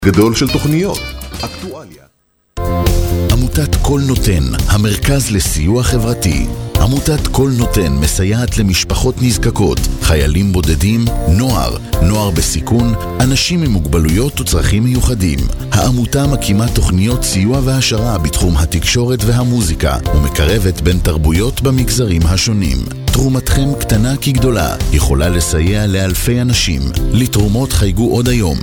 גדול של תוכניות, אקטואליה. עמותת כל נותן, המרכז לסיוע חברתי. עמותת כל נותן מסייעת למשפחות נזקקות, חיילים בודדים, נוער בסיכון, אנשים עם מוגבלויות וצרכים מיוחדים. העמותה מקימה תוכניות סיוע והשרה בתחום התקשורת והמוזיקה, ומקרבת בין תרבויות במגזרים השונים. תרומתכם קטנה כגדולה, יכולה לסייע לאלפי אנשים. לתרומות חייגו עוד היום,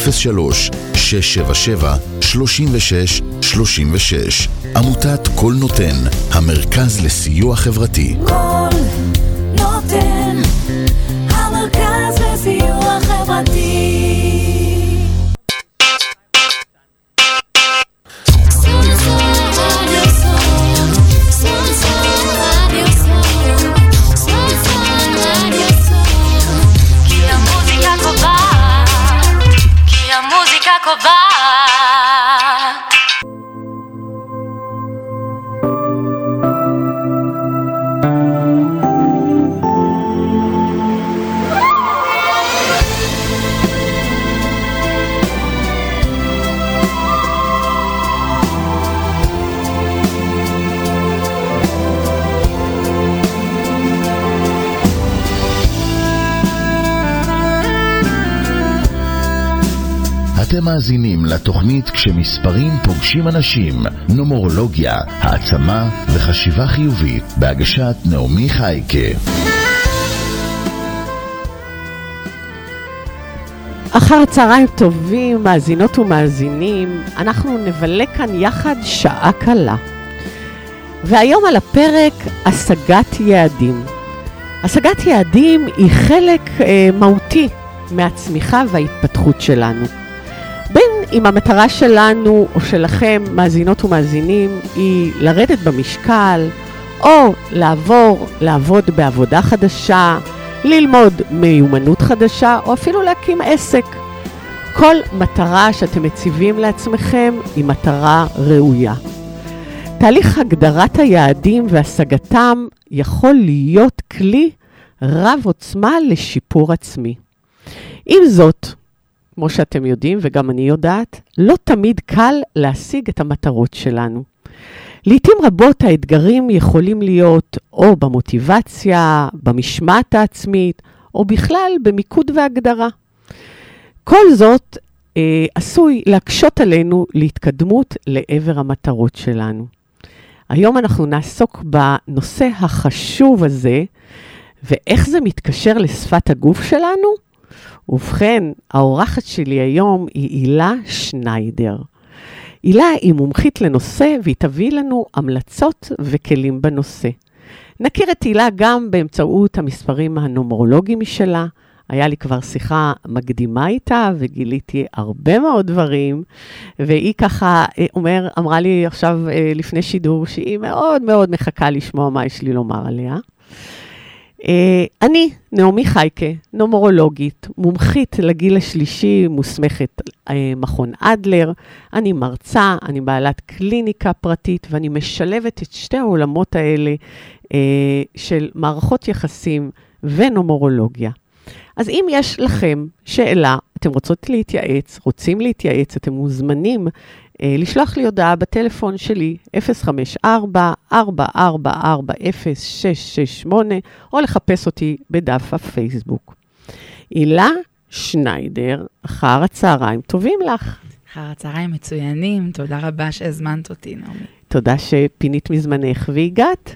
03-677-3636. עמותת כל נותן, המרכז לסיוע חברתי. כל נותן, המרכז לסיוע חברתי. אתם מאזינים לתוכנית כשמספרים פוגשים אנשים, נומרולוגיה, העצמה וחשיבה חיובית, בהגשת נעמי חייקה. אחר הצהריים טובים, מאזינות ומאזינים, אנחנו נבלה כאן יחד שעה קלה. והיום על הפרק השגת יעדים. השגת יעדים היא חלק מהותי מהצמיחה וההתפתחות שלנו. בין אם המטרה שלנו או שלכם, מאזינות ומאזינים, היא לרדת במשקל, או לעבוד בעבודה חדשה, ללמוד מיומנות חדשה, או אפילו להקים עסק. כל מטרה שאתם מציבים לעצמכם היא מטרה ראויה. תהליך הגדרת היעדים והשגתם יכול להיות כלי רב עוצמה לשיפור עצמי. עם זאת, כמו שאתם יודעים וגם אני יודעת, לא תמיד קל להשיג את המטרות שלנו. לעתים רבות האתגרים יכולים להיות או במוטיבציה, במשמעת העצמית, או בכלל במיקוד והגדרה. כל זאת עשוי להקשות עלינו להתקדמות לעבר המטרות שלנו. היום אנחנו נעסוק בנושא החשוב הזה, ואיך זה מתקשר לשפת הגוף שלנו? ובכן, האורחת שלי היום היא הילה שניידר. הילה היא מומחית לנושא והיא תביא לנו המלצות וכלים בנושא. נכיר את הילה גם באמצעות המספרים הנומרולוגיים שלה. היה לי כבר שיחה מקדימה איתה וגיליתי הרבה מאוד דברים. והיא ככה אמרה לי עכשיו לפני שידור שהיא מאוד מאוד מחכה לשמוע מה יש לי לומר עליה. אני, נעמי חייקה, נומרולוגית, מומחית לגיל השלישי, מוסמכת מכון אדלר, אני מרצה, אני בעלת קליניקה פרטית, ואני משלבת את שתי העולמות האלה של מערכות יחסים ונומרולוגיה. אז אם יש לכם שאלה, אתם רוצים להתייעץ, אתם מוזמנים לשלוח לי הודעה בטלפון שלי 054-444-0668, או לחפש אותי בדף הפייסבוק. הילה שניידר, אחר הצהריים טובים לך. אחר הצהריים מצוינים, תודה רבה שהזמנת אותי, נעמי. תודה שפינית מזמנך והגעת.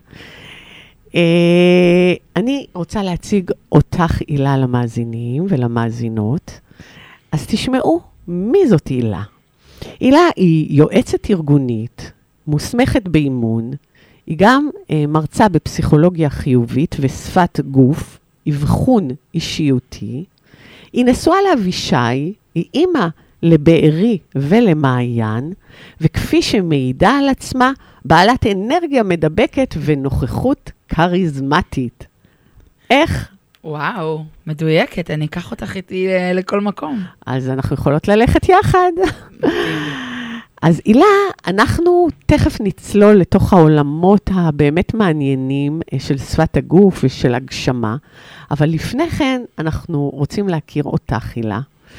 אני רוצה להציג אותך הילה למאזינים ולמאזינות, אז תשמעו מי זאת הילה. הילה היא יועצת ארגונית, מוסמכת באימון, היא גם מרצה בפסיכולוגיה חיובית ושפת גוף, אבחון אישיותי, היא נשואה לאבישי, היא אימא לבארי ולמעיין, וכפי שמעידה על עצמה, בעלת אנרגיה מדבקת ונוכחות כריזמטית. איך? וואו, מדויקת, אני אקח אותך איתי לכל מקום. אז אנחנו יכולות ללכת יחד. אז הילה, אנחנו תכף נצלול לתוך העולמות הבאמת מעניינים של שפת הגוף ושל הגשמה, אבל לפני כן אנחנו רוצים להכיר אותך, הילה.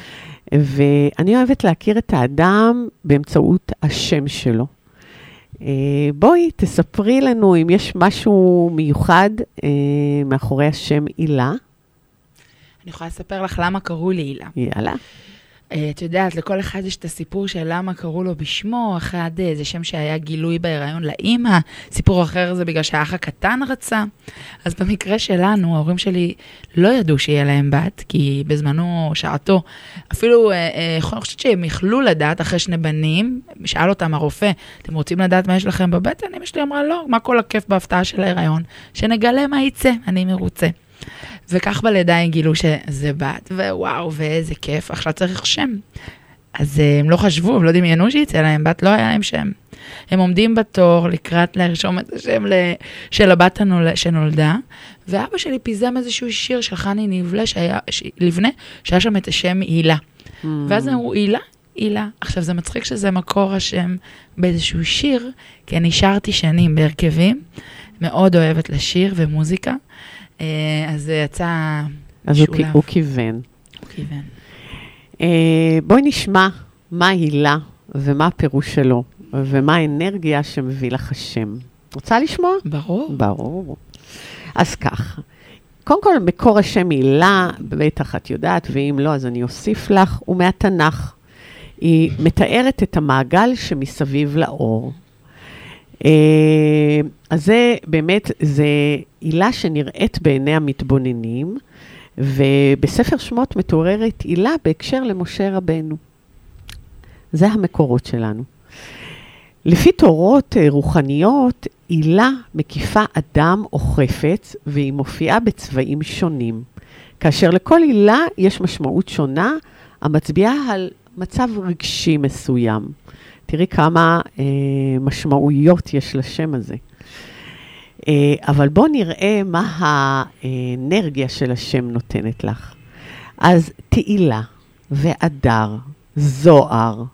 ואני אוהבת להכיר את האדם באמצעות השם שלו. בואי, תספרי לנו אם יש משהו מיוחד מאחורי השם הילה. אני יכולה לספר לך למה קראו לי הילה. יאללה. את יודעת, לכל אחד יש את הסיפור של למה קראו לו בשמו, אחד זה שם שהיה גילוי בהיריון לאמא, סיפור אחר זה בגלל שהאח הקטן רצה. אז במקרה שלנו, ההורים שלי לא ידעו שיהיה להם בת, כי בזמנו, שעתו, אפילו, אני חושבת שהם יכלו לדעת אחרי שני בנים, שאל אותם הרופא, אתם רוצים לדעת מה יש לכם בבטן? אמא שלי אמרה, לא, מה כל הכיף בהפתעה של ההיריון? שנגלה מה יצא, אני מרוצה. וכך בלידה הם גילו שזה בת, ווואו, ואיזה כיף, עכשיו צריך שם. אז הם לא חשבו, הם לא דמיינו שיצא להם בת, לא היה להם שם. הם עומדים בתור לקראת לרשום את השם של הבת שנולדה, ואבא שלי פיזם איזשהו שיר של חני לבנה, שהיה שם את השם הילה. ואז הם אמרו, הילה. עכשיו זה מצחיק שזה מקור השם באיזשהו שיר, כי אני שרתי שנים בהרכבים, מאוד אוהבת לשיר ומוזיקה, אז זה יצא משולב. הוא כיוון. בואי נשמע מה הילה ומה הפירוש שלו, ומה האנרגיה שמביא לך השם. רוצה לשמוע? ברור. אז כך, קודם כל מקור השם הילה, בטח את יודעת, ואם לא אז אני אוסיף לך, הוא מהתנ"ך. היא מתארת את המעגל שמסביב לאור. אז זה באמת, זה הילה שנראית בעיני המתבוננים, ובספר שמות מתוארת הילה בהקשר למשה רבנו. זה המקורות שלנו. לפי תורות רוחניות, הילה מקיפה אדם או חפץ, והיא מופיעה בצבעים שונים. כאשר לכל הילה יש משמעות שונה, המצביעה על מצב רגשי מסוים. תראי כמה משמעויות יש לשם הזה. אבל בואו נראה מה האנרגיה של השם נותנת לך. אז תהילה ואדר, זוהר,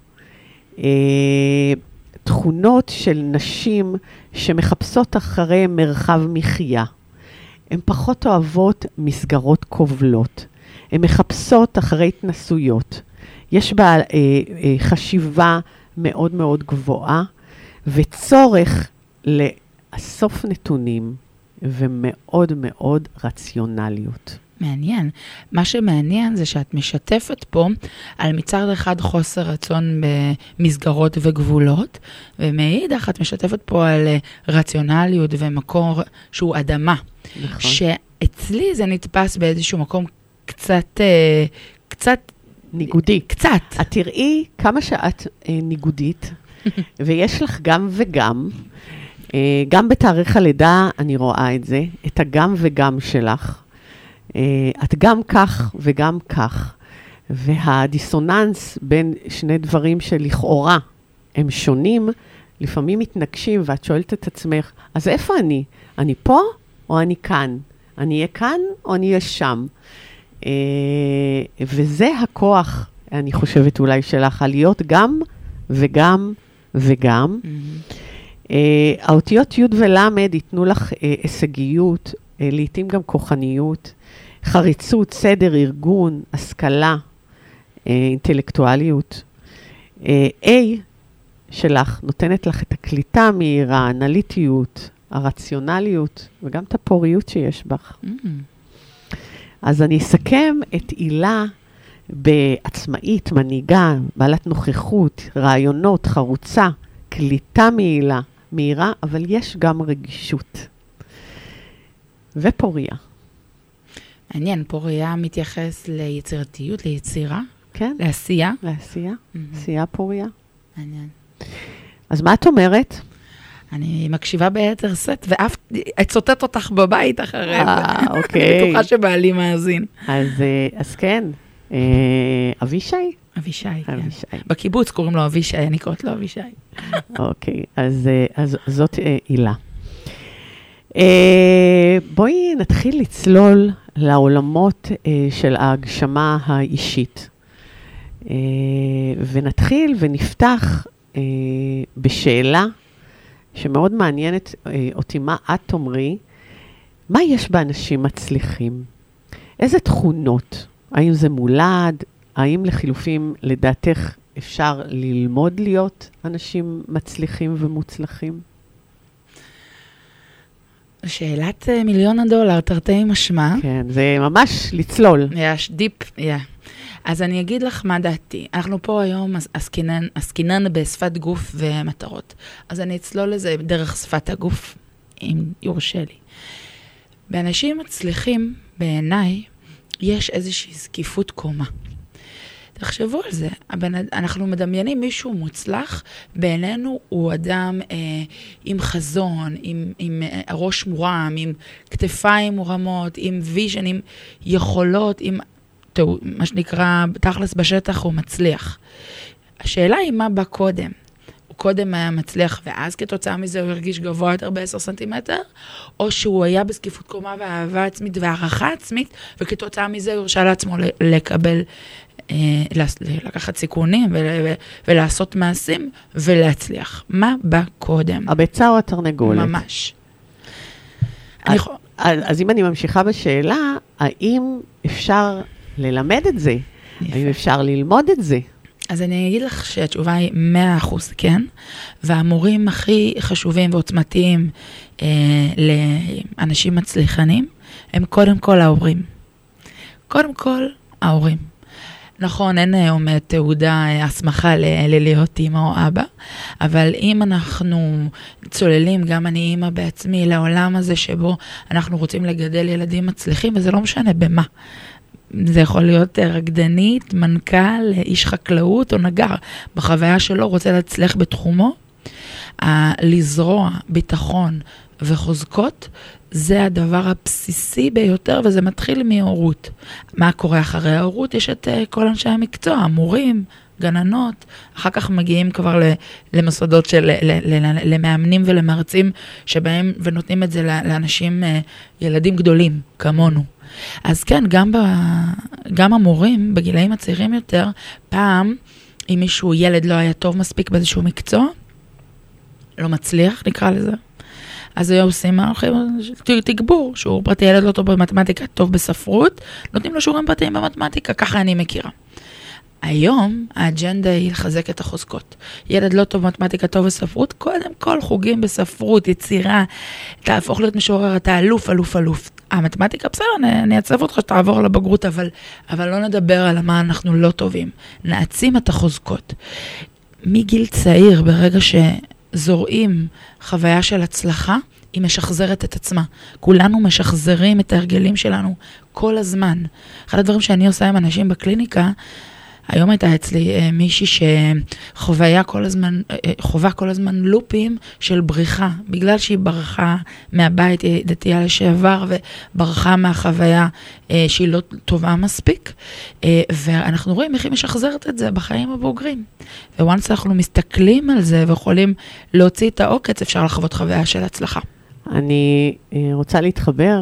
תכונות של נשים שמחפשות אחרי מרחב מחיה. הן פחות אוהבות מסגרות כובלות. הן מחפשות אחרי התנסויות. יש בה חשיבה מאוד מאוד גבוהה, וצורך לאסוף נתונים, ומאוד מאוד רציונליות. מעניין. מה שמעניין זה שאת משתפת פה על מצד אחד חוסר רצון במסגרות וגבולות, ומאידך את משתפת פה על רציונליות ומקור שהוא אדמה. נכון. שאצלי זה נתפס באיזשהו מקום קצת ניגודי. קצת. את תראי כמה שאת ניגודית, ויש לך גם וגם. גם בתאריך הלידה אני רואה את זה, את הגם וגם שלך. את גם כך וגם כך. והדיסוננס בין שני דברים שלכאורה הם שונים, לפעמים מתנגשים, ואת שואלת את עצמך, אז איפה אני? אני פה או אני כאן? אני אהיה כאן או אני אהיה שם? וזה הכוח, אני חושבת אולי שלך, להיות גם וגם וגם. האותיות י' ול' ייתנו לך הישגיות, לעתים גם כוחניות, חריצות, סדר, ארגון, השכלה, אינטלקטואליות. A שלך נותנת לך את הקליטה המהירה, האנליטיות, הרציונליות, וגם את הפוריות שיש בך. אז אני אסכם את הילה בעצמאית, מנהיגה, בעלת נוכחות, רעיונות, חרוצה, קליטה מהירה, אבל יש גם רגישות. ופוריה. מעניין, פוריה מתייחס ליצירתיות, ליצירה? כן. לעשייה? לעשייה, עשייה פוריה. מעניין. אז מה את אומרת? אני מקשיבה ביתר סט, ואף אצוטט אותך בבית אחרי זה. אוקיי. בטוחה שבעלי מאזין. אז כן, אבישי? אבישי, כן. בקיבוץ קוראים לו אבישי, אני קוראת לו אבישי. אוקיי, אז זאת הילה. בואי נתחיל לצלול לעולמות של ההגשמה האישית. ונתחיל ונפתח בשאלה שמאוד מעניינת אותי, מה את תאמרי, מה יש באנשים מצליחים? איזה תכונות? האם זה מולד? האם לחילופים, לדעתך, אפשר ללמוד להיות אנשים מצליחים ומוצלחים? שאלת $1,000,000, תרתי משמע. כן, זה ממש לצלול. יש דיפ, אז אני אגיד לך מה דעתי. אנחנו פה היום עסקינן בשפת גוף ומטרות. אז אני אצלול לזה דרך שפת הגוף, אם יורשה לי. באנשים מצליחים, בעיניי, יש איזושהי זקיפות קומה. תחשבו על זה, אנחנו מדמיינים מישהו מוצלח, בעינינו הוא אדם עם חזון, עם ראש מורם, עם כתפיים מורמות, עם ויז'ן, עם יכולות, עם מה שנקרא, תכלס בשטח הוא מצליח. השאלה היא מה בא קודם. הוא קודם היה מצליח, ואז כתוצאה מזה הוא הרגיש גבוה יותר ב10 סנטימטר, או שהוא היה בסקיפות קומה ואהבה עצמית והערכה עצמית, וכתוצאה מזה הוא הרשה לעצמו לקבל, לקחת סיכונים ולעשות מעשים ולהצליח. מה בא קודם? הביצה או התרנגולת? ממש. אז אם אני ממשיכה בשאלה, האם אפשר ללמד את זה? האם אפשר ללמוד את זה? אז אני אגיד לך שהתשובה היא 100% כן, והמורים הכי חשובים ועוצמתיים לאנשים מצליחנים, הם קודם כל ההורים. קודם כל ההורים. נכון, אין היום תעודה הסמכה להיות אמא או אבא, אבל אם אנחנו צוללים, גם אני אמא בעצמי, לעולם הזה שבו אנחנו רוצים לגדל ילדים מצליחים, וזה לא משנה במה. זה יכול להיות רקדנית, מנכ"ל, איש חקלאות או נגר. בחוויה שלו רוצה להצליח בתחומו, לזרוע ביטחון וחוזקות, זה הדבר הבסיסי ביותר, וזה מתחיל מהורות. מה קורה אחרי ההורות? יש את כל אנשי המקצוע, המורים, גננות, אחר כך מגיעים כבר למוסדות של, למאמנים ולמרצים, שבהם ונותנים את זה לאנשים, ילדים גדולים, כמונו. אז כן, גם המורים, בגילאים הצעירים יותר, פעם, אם מישהו, ילד לא היה טוב מספיק באיזשהו מקצוע, לא מצליח, נקרא לזה, אז היו עושים תגבור, שיעור פרטי, ילד לא טוב במתמטיקה, טוב בספרות, נותנים לו שיעורים פרטיים במתמטיקה, ככה אני מכירה. היום האג'נדה היא לחזק את החוזקות. ילד לא טוב במתמטיקה, טוב בספרות, קודם כל חוגים בספרות, יצירה, תהפוך להיות משורר, אתה אלוף. המתמטיקה, בסדר, אני אעצב אותך שתעבור לבגרות, אבל לא נדבר על מה אנחנו לא טובים. נעצים את החוזקות. מגיל צעיר, ברגע שזורעים חוויה של הצלחה, היא משחזרת את עצמה. כולנו משחזרים את ההרגלים שלנו כל הזמן. אחד הדברים שאני עושה עם אנשים בקליניקה, היום הייתה אצלי מישהי שחווה כל הזמן לופים של בריחה, בגלל שהיא ברחה מהבית, היא דתייה לשעבר, וברחה מהחוויה שהיא לא טובה מספיק, ואנחנו רואים איך היא משחזרת את זה בחיים הבוגרים. וואנס אנחנו מסתכלים על זה ויכולים להוציא את העוקץ, אפשר לחוות חוויה של הצלחה. אני רוצה להתחבר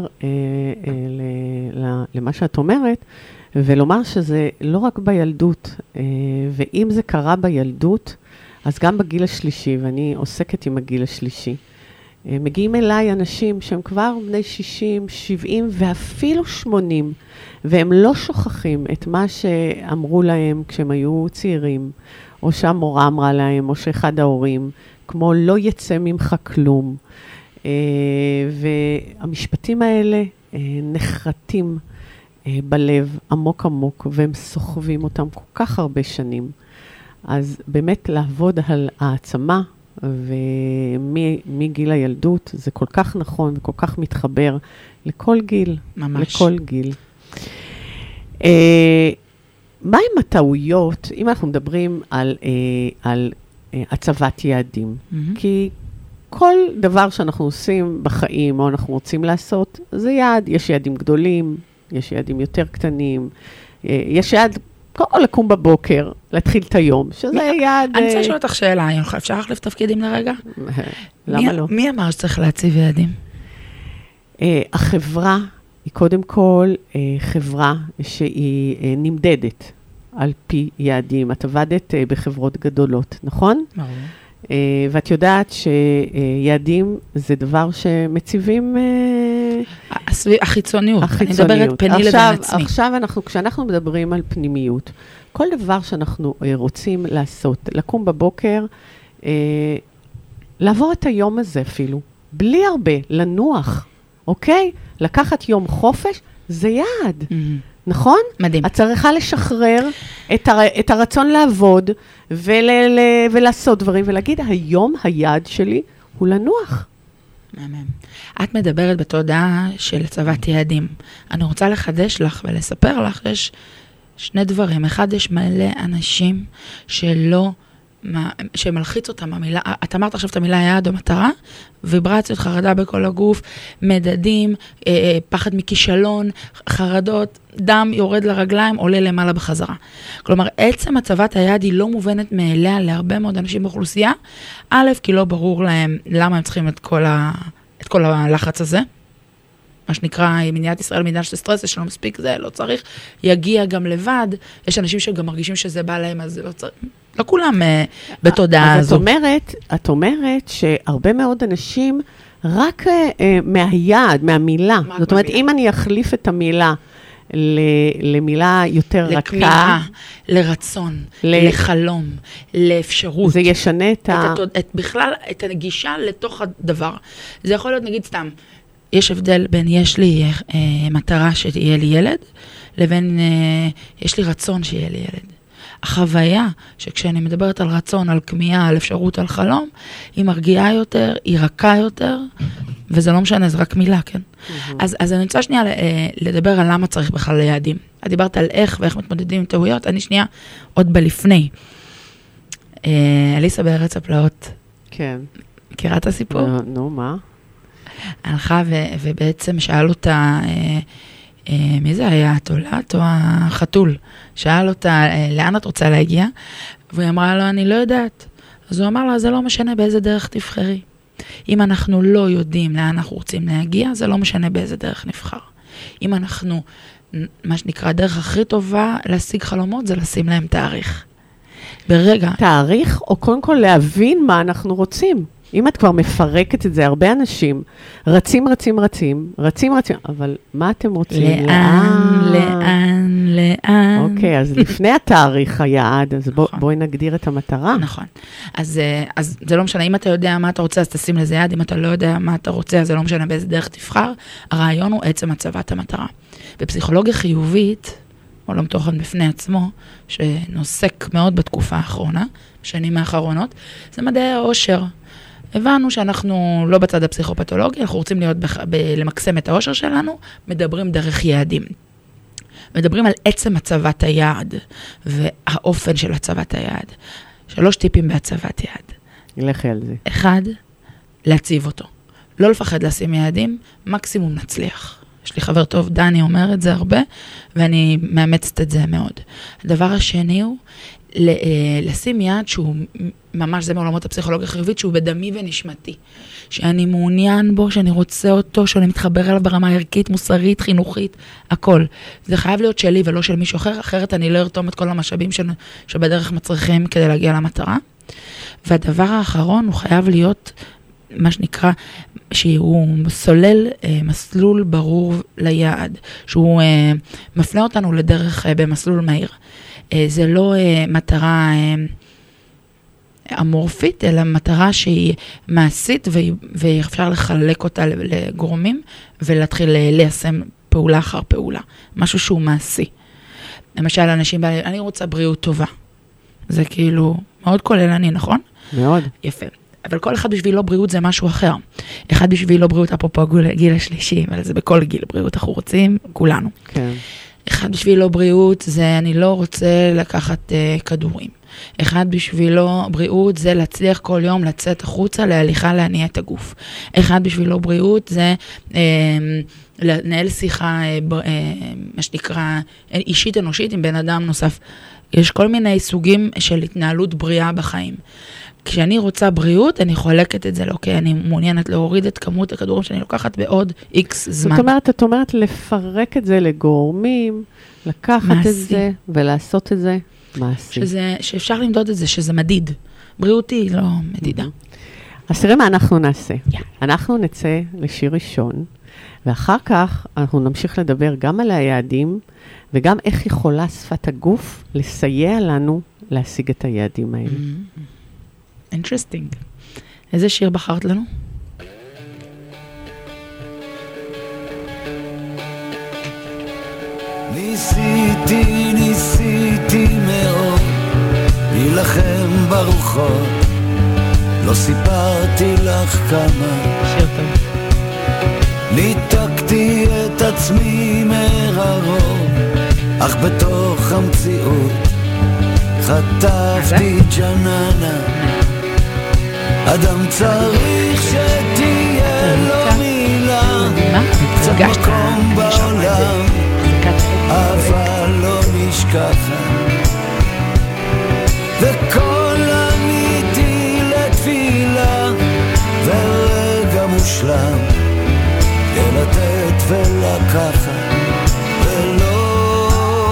למה שאת אומרת, ולומר שזה לא רק בילדות, ואם זה קרה בילדות, אז גם בגיל השלישי, ואני עוסקת עם הגיל השלישי, מגיעים אליי אנשים שהם כבר בני 60, 70 ואפילו 80, והם לא שוכחים את מה שאמרו להם כשהם היו צעירים, או שהמורה אמרה להם, או שאחד ההורים, כמו לא יצא ממך כלום. והמשפטים האלה נחרטים בלב עמוק עמוק, והם סוחבים אותם כל כך הרבה שנים. אז באמת לעבוד על העצמה, ומגיל הילדות, זה כל כך נכון וכל כך מתחבר לכל גיל. ממש. לכל גיל. מה עם הטעויות, אם אנחנו מדברים על הצבת יעדים? כי כל דבר שאנחנו עושים בחיים, או אנחנו רוצים לעשות, זה יעד. יש יעדים גדולים, יש יעדים יותר קטנים, יש יעד, כל לקום בבוקר, להתחיל את היום, שזה יעד... אני רוצה לשאול אותך שאלה, אפשר להחליף תפקידים לרגע? למה לא? מי אמר שצריך להציב יעדים? החברה היא קודם כל חברה שהיא נמדדת על פי יעדים. את עבדת בחברות גדולות, נכון? ברור. ואת יודעת שיעדים זה דבר שמציבים החיצוניות. אני מדברת פני לבין עצמי. עכשיו כשאנחנו מדברים על פנימיות, כל דבר שאנחנו רוצים לעשות, לקום בבוקר, לעבור את היום הזה אפילו, בלי הרבה, לנוח, אוקיי? לקחת יום חופש, זה יעד, נכון? מדהים. את צריכה לשחרר את הרצון לעבוד, ולעשות דברים, ולהגיד, היום היעד שלי הוא לנוח. את מדברת בתודעה של הצבת יעדים. אני רוצה לחדש לך ולספר לך, יש שני דברים. אחד, יש מלא אנשים שמלחיץ אותם המילה, את אמרת עכשיו את המילה יעד או מטרה, ויברציות, חרדה בכל הגוף, מדדים, פחד מכישלון, חרדות, דם יורד לרגליים, עולה למעלה בחזרה. כלומר, עצם הצבת היעד היא לא מובנת מאליה להרבה מאוד אנשים באוכלוסייה. א', כי לא ברור להם למה הם צריכים את כל הלחץ הזה. מה שנקרא, מדינת ישראל, מדינה של סטרס, יש לנו מספיק זה, לא צריך, יגיע גם לבד. יש אנשים שגם מרגישים שזה בא להם, אז לא צריך. לא כולם בתודעה הזו. אז את אומרת שהרבה מאוד אנשים רק מהיעד, מהמילה. זאת אומרת, אם אני אחליף את המילה למילה יותר רכה. לכמיהה, לרצון, לחלום, לאפשרות. זה ישנה בכלל את הגישה לתוך הדבר. זה יכול להיות, נגיד סתם, יש הבדל בין יש לי מטרה שיהיה לי ילד, לבין יש לי רצון שיהיה לי ילד. החוויה שכשאני מדברת על רצון, על כמיהה, על אפשרות, על חלום, היא מרגיעה יותר, היא רכה יותר, וזה לא משנה, זה רק מילה, כן? אז אני רוצה שנייה לדבר על למה צריך בכלל ליעדים. את דיברת על איך ואיך מתמודדים עם טעויות, אני שנייה עוד בלפני. אליסה בארץ הפלאות. כן. מכירה את הסיפור? נו, מה? הלכה ובעצם שאל אותה, מי זה היה, התולעת או החתול? שאל אותה, לאן את רוצה להגיע? והיא אמרה לו, אני לא יודעת. אז הוא אמר לה, זה לא משנה באיזה דרך תבחרי. אם אנחנו לא יודעים לאן אנחנו רוצים להגיע, זה לא משנה באיזה דרך נבחר. אם אנחנו, מה שנקרא, הדרך הכי טובה להשיג חלומות, זה לשים להם תאריך. ברגע... תאריך, או קודם כל להבין מה אנחנו רוצים. אם את כבר מפרקת את זה, הרבה אנשים רצים, אבל מה אתם רוצים? לאן? אוקיי, אז לפני התאריך היעד, אז בואי נגדיר את המטרה. נכון. אז זה לא משנה, אם אתה יודע מה אתה רוצה, אז תשים לזה יעד, אם אתה לא יודע מה אתה רוצה, אז זה לא משנה באיזה דרך תבחר. הרעיון הוא עצם הצבת המטרה. בפסיכולוגיה חיובית, עולם תוכן בפני עצמו, שנוסק מאוד בתקופה האחרונה, בשנים האחרונות, זה מדעי האושר. הבנו שאנחנו לא בצד הפסיכופתולוגי, אנחנו רוצים להיות למקסם את האושר שלנו, מדברים דרך יעדים. מדברים על עצם הצבת היעד, והאופן של הצבת היעד. 3 טיפים בהצבת יעד. לכי על זה. 1, להציב אותו. לא לפחד לשים יעדים, מקסימום נצליח. יש לי חבר טוב, דני, אומר את זה הרבה, ואני מאמצת את זה מאוד. הדבר השני הוא, לשים יעד שהוא ממש, זה מעולמות הפסיכולוגיה החיובית, שהוא בדמי ונשמתי. שאני מעוניין בו, שאני רוצה אותו, שאני מתחבר אליו ברמה ערכית, מוסרית, חינוכית, הכל. זה חייב להיות שלי ולא של מישהו אחר, אחרת אני לא ארתום את כל המשאבים שבדרך מצריכים כדי להגיע למטרה. והדבר האחרון הוא חייב להיות, מה שנקרא, שהוא סולל מסלול ברור ליעד, שהוא מפנה אותנו לדרך במסלול מהיר. זה לא מטרה אמורפית, אלא מטרה שהיא מעשית, ואפשר לחלק אותה לגורמים, ולהתחיל ליישם פעולה אחר פעולה. משהו שהוא מעשי. למשל, אנשים, אני רוצה בריאות טובה. זה כאילו מאוד כוללני, נכון? מאוד. יפה. אבל כל אחד בשבילו בריאות זה משהו אחר. אחד בשבילו בריאות, אפרופו גיל השלישי, אבל זה בכל גיל בריאות אנחנו רוצים, כולנו. כן. אחד בשבילו בריאות זה אני לא רוצה לקחת כדורים. אחד בשבילו בריאות זה להצליח כל יום לצאת החוצה להליכה להניע את הגוף. אחד בשבילו בריאות זה לנהל שיחה, מה שנקרא, אישית אנושית עם בן אדם נוסף. יש כל מיני סוגים של התנהלות בריאה בחיים. כשאני רוצה בריאות, אני חולקת את זה, אוקיי, אני מעוניינת להוריד את כמות הכדורים שאני לוקחת בעוד איקס זמן. את אומרת לפרק את זה לגורמים, לקחת את זה ולעשות את זה מעשי. שאפשר למדוד את זה, שזה מדיד. בריאותי לא מדידה. אז תראה מה אנחנו נעשה. אנחנו נצא לשיר ראשון, ואחר כך אנחנו נמשיך לדבר גם על היעדים, וגם איך יכולה שפת הגוף לסייע לנו להשיג את היעדים האלה. אינטרסטינג. איזה שיר בחרת לנו? ניסיתי מאוד להילחם ברוחות, לא סיפרתי לך כמה שיר טוב. ניתקתי את עצמי מהרוב, אך בתוך המציאות חטפתי ג'ננה. אדם צריך שתהיה לו מילה, קצת מקום בעולם, אבל לא נשכחת, וכל אמיתי לתפילה, ורגע מושלם לתת ולקחת, ולא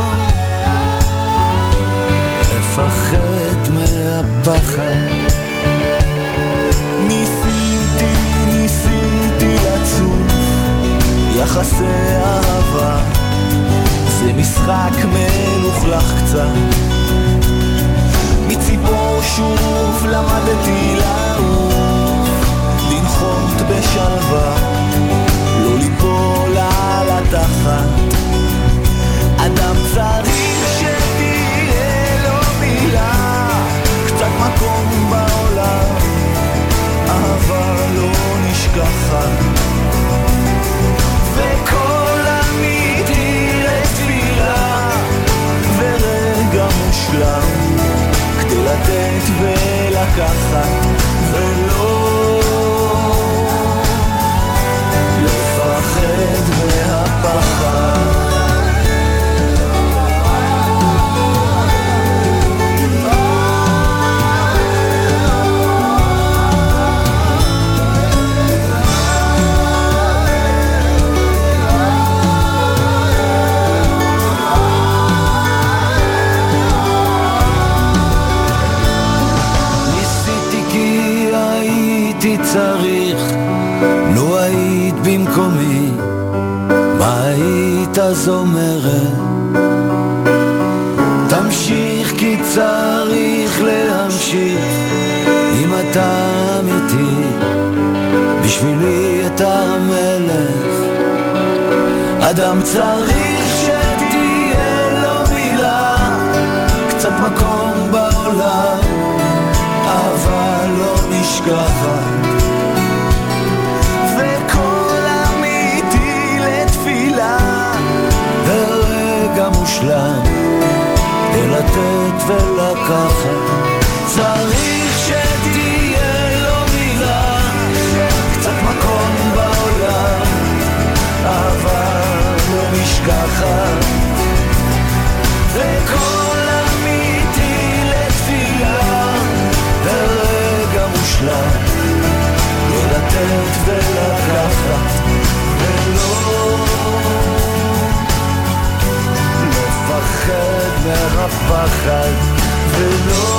לפחד מהפחד. ניסיתי לצוף יחסי אהבה, זה משחק מלוכלך קצת, מציפור שוב למדתי לעוף, לנחות בשלווה, לא ליפול על התחת. אדם צריך שתהיה לו מילה, קצת מקום בעולם, אהבה לא נשכחת, וכל אמיתי לתפילה, ורגע מושלם כדי לתת ולקחת, ולא לפחד מהפחד. צריך, לו היית במקומי, מה היית אז אומרת? תמשיך כי צריך להמשיך, אם אתה אמיתי, בשבילי אתה המלך. אדם צריך שתהיה לו מילה, קצת מקום בעולם, אבל לא נשכחת, מושלם לתת ולקחת. צריך שתהיה לו מילה, קצת מקום בעולם, אבל לא נשכחת, וכל אמיתי לתפילה, ורגע מושלם לתת ולקחת, ולא לפחד מהפחד, ולא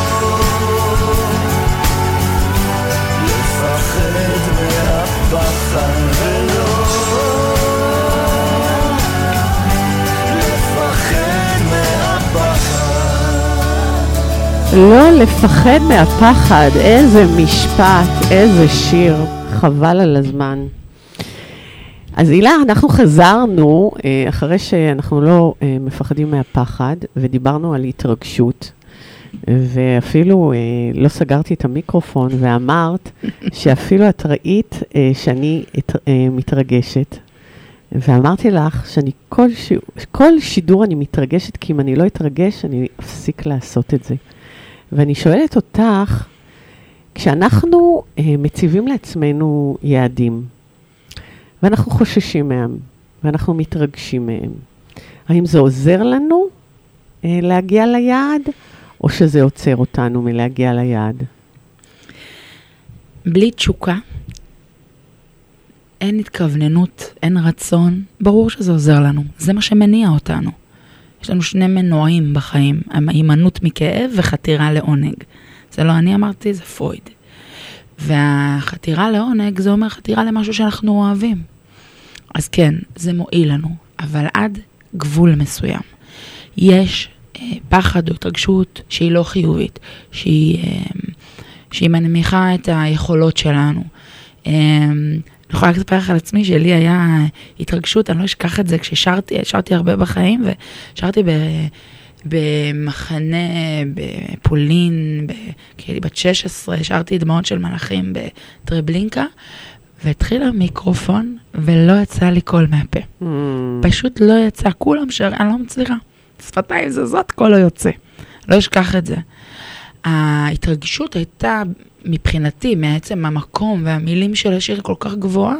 לפחד מהפחד, ולא לפחד מהפחד. לא לפחד מהפחד, איזה משפט, איזה שיר, חבל על הזמן. אז אילה, אנחנו חזרנו, אחרי שאנחנו לא מפחדים מהפחד, ודיברנו על התרגשות, ואפילו לא סגרתי את המיקרופון, ואמרת שאפילו את ראית שאני מתרגשת, ואמרתי לך שאני כל שידור אני מתרגשת, כי אם אני לא אתרגש, אני אפסיק לעשות את זה. ואני שואלת אותך, כשאנחנו מציבים לעצמנו יעדים, ואנחנו חוששים מהם, ואנחנו מתרגשים מהם, האם זה עוזר לנו להגיע ליעד, או שזה עוצר אותנו מלהגיע ליעד? בלי תשוקה, אין התכווננות, אין רצון, ברור שזה עוזר לנו. זה מה שמניע אותנו. יש לנו שני מנועים בחיים, הימנעות מכאב וחתירה לעונג. זה לא אני אמרתי, זה פרויד. והחתירה לעונג זה אומר חתירה למשהו שאנחנו אוהבים. אז כן, זה מועיל לנו, אבל עד גבול מסוים. יש פחד או התרגשות שהיא לא חיובית, שהיא מנמיכה את היכולות שלנו. אני יכולה לספר לך על עצמי שלי היה התרגשות, אני לא אשכח את זה שרתי הרבה בחיים, ושרתי במחנה, בפולין, כשהייתי בת 16, שרתי דמעות של מלאכים בטרבלינקה, והתחיל המיקרופון, ולא יצא לי קול מהפה. פשוט לא יצא, כולם אני לא מצליחה. שפתיים זזות, קול לא יוצא. לא אשכח את זה. ההתרגשות הייתה מבחינתי, מעצם המקום והמילים של השיר כל כך גבוהה,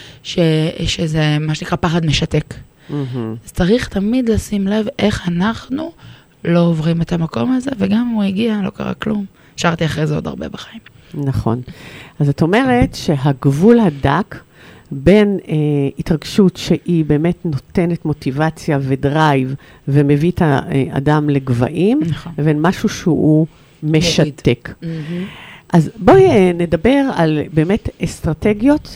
שזה מה שנקרא פחד משתק. אז צריך תמיד לשים לב איך אנחנו לא עוברים את המקום הזה, וגם אם הוא הגיע, לא קרה כלום. שרתי אחרי זה עוד הרבה בחיים. נכון. אז את אומרת שהגבול הדק בין התרגשות שהיא באמת נותנת מוטיבציה ודרייב, ומביא את האדם לגבהים, נכון. לבין משהו שהוא משתק. אז בואי נדבר על באמת אסטרטגיות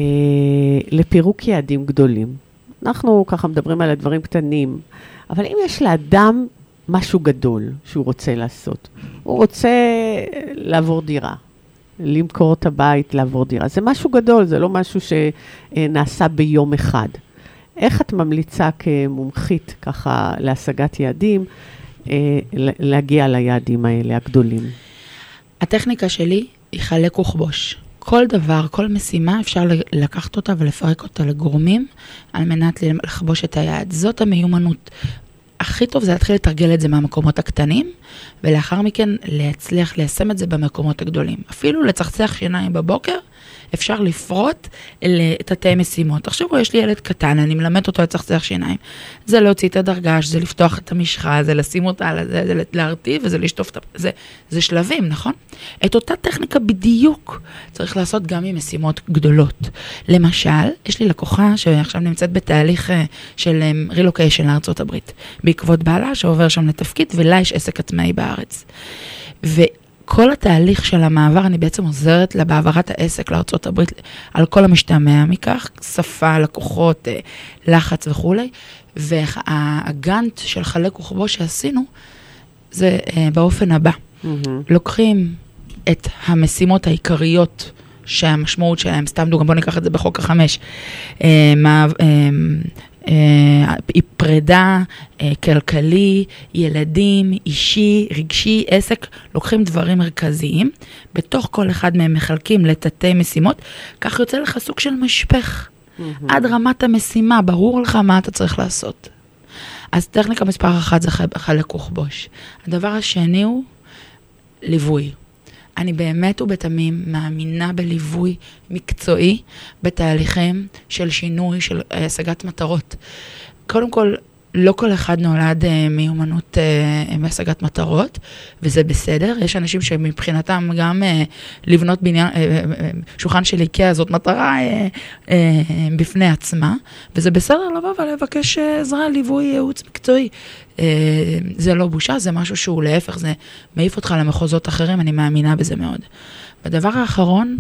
לפירוק יעדים גדולים. אנחנו ככה מדברים על הדברים קטנים, אבל אם יש לאדם משהו גדול שהוא רוצה לעשות, הוא רוצה לעבור דירה, למכור את הבית, לעבור דירה. זה משהו גדול, זה לא משהו שנעשה ביום אחד. איך את ממליצה כמומחית ככה להשגת יעדים, להגיע ליעדים האלה הגדולים? הטכניקה שלי היא חלק וכבוש. כל דבר, כל משימה, אפשר לקחת אותה ולפרק אותה לגורמים, על מנת לכבוש את היעד. זאת המיומנות. הכי טוב זה להתחיל לתרגל את זה מהמקומות הקטנים, ולאחר מכן להצליח ליישם את זה במקומות הגדולים. אפילו לצחצח שיניים בבוקר, אפשר לפרוט לתתי משימות. תחשבו, יש לי ילד קטן, אני מלמד אותו לצחצח שיניים. זה להוציא את הדרגש, זה לפתוח את המשחה, זה לשים אותה על זה, זה להרטיב, וזה לשטוף את זה שלבים, נכון? את אותה טכניקה בדיוק צריך לעשות גם עם משימות גדולות. למשל, יש לי לקוחה שעכשיו נמצאת בתהליך של רילוקיישן לארצות הברית, בעקבות בעלה שעובר שם לתפקיד, ולה יש עסק עצמאי בארץ. כל התהליך של המעבר, אני בעצם עוזרת לה בעברת העסק לארצות הברית, על כל המשתמע מכך, שפה, לקוחות, לחץ וכו'. והגאנט של חלק וכבוש שעשינו, זה באופן הבא. לוקחים את המשימות העיקריות, שהמשמעות שלהם, סתם דוגמה, בוא ניקח את זה בחוק 5, פרידה, כלכלי, ילדים, אישי, רגשי, עסק, לוקחים דברים מרכזיים, בתוך כל אחד מהם מחלקים לתתי משימות, כך יוצא לך סוג של משפך, עד רמת המשימה, ברור לך מה אתה צריך לעשות. אז טכניקה מספר 1 זה חלק וכבוש. הדבר השני הוא ליווי. אני באמת ובתמים מאמינה בליווי מקצועי בתהליכים של שינוי, של השגת מטרות. קודם כל, לא כל אחד נולד מיומנות בהשגת מטרות, וזה בסדר. יש אנשים שמבחינתם גם לבנות בניין, שולחן של איקאה, זאת מטרה בפני עצמה, וזה בסדר לבוא ולבקש עזרה, ליווי, ייעוץ מקצועי. זה לא בושה, זה משהו שהוא להפך, זה מעיף אותך למחוזות אחרים, אני מאמינה בזה מאוד. והדבר האחרון,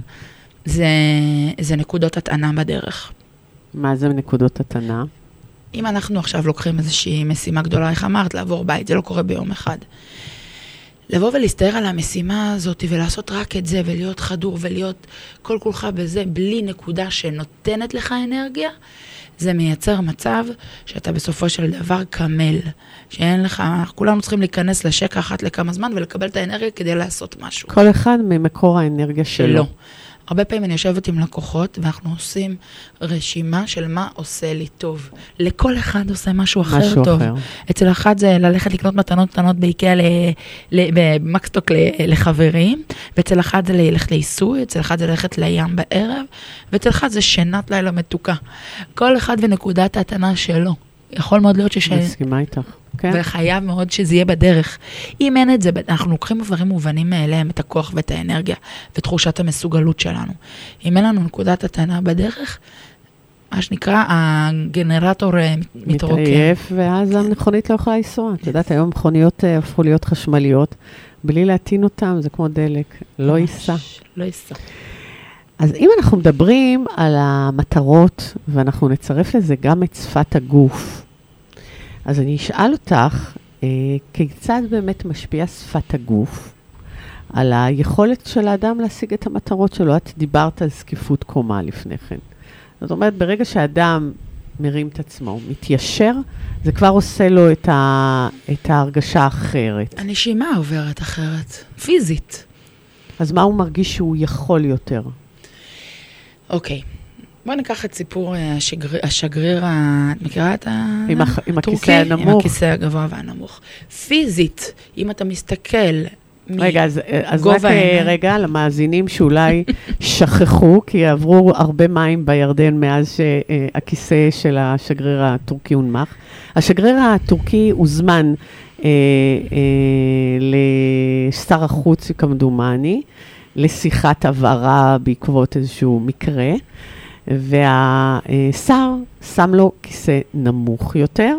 זה נקודות הטענה בדרך. מה זה נקודות הטענה? אם אנחנו עכשיו לוקחים איזושהי משימה גדולה, איך אמרת, לעבור בית, זה לא קורה ביום אחד. לבוא ולהסתער על המשימה הזאת ולעשות רק את זה, ולהיות חדור ולהיות כל כולך בזה, בלי נקודה שנותנת לך אנרגיה, זה מייצר מצב שאתה בסופו של דבר קמל, שאין לך, כולנו צריכים להיכנס לשקע אחת לכמה זמן ולקבל את האנרגיה כדי לעשות משהו. כל אחד ממקור האנרגיה שלו. הרבה פעמים אני יושבת עם לקוחות, ואנחנו עושים רשימה של מה עושה לי טוב. לכל אחד עושה משהו אחר טוב. אצל אחד זה ללכת לקנות מתנות קטנות באיקאה במקסטוק לחברים, ואצל אחד זה ללכת לעיסוי, אצל אחד זה ללכת לים בערב, ואצל אחד זה שנת לילה מתוקה. כל אחד ונקודת ההטענה שלו. יכול מאוד להיות מסכימה איתך. וחייב מאוד שזה יהיה בדרך. אם אין את זה, אנחנו לוקחים דברים מובנים מאליהם, את הכוח ואת האנרגיה, ותחושת המסוגלות שלנו. אם אין לנו נקודת הטענה בדרך, מה שנקרא, הגנרטור מתרוקן. מתעייף, ואז המכונית לא יכולה לנסוע. את יודעת, היום מכוניות הפכו להיות חשמליות, בלי להטעין אותם, זה כמו דלק. לא ייסע. לא ייסע. אז אם אנחנו מדברים על המטרות, ואנחנו נצרף לזה גם את שפת הגוף, אז אני אשאל אותך, כיצד באמת משפיעה שפת הגוף על היכולת של האדם להשיג את המטרות שלו? את דיברת על זקיפות קומה לפני כן. זאת אומרת, ברגע שהאדם מרים את עצמו, מתיישר, זה כבר עושה לו את ההרגשה האחרת. הנשימה עוברת אחרת, פיזית. אז מה הוא מרגיש שהוא יכול יותר? אוקיי. בואו ניקח את סיפור השגריר, את מכירה את עם הטורקי? הכיסא הנמוך. עם הכיסא הגבוה והנמוך. פיזית, אם אתה מסתכל רגע, אז רק רגע, למאזינים שאולי שכחו, כי עברו הרבה מים בירדן מאז שהכיסא של השגריר הטורקי הונמך. השגריר הטורקי הוזמן לשר החוץ, כמדומני, לשיחת הבהרה בעקבות איזשהו מקרה, והשר שם לו כיסא נמוך יותר,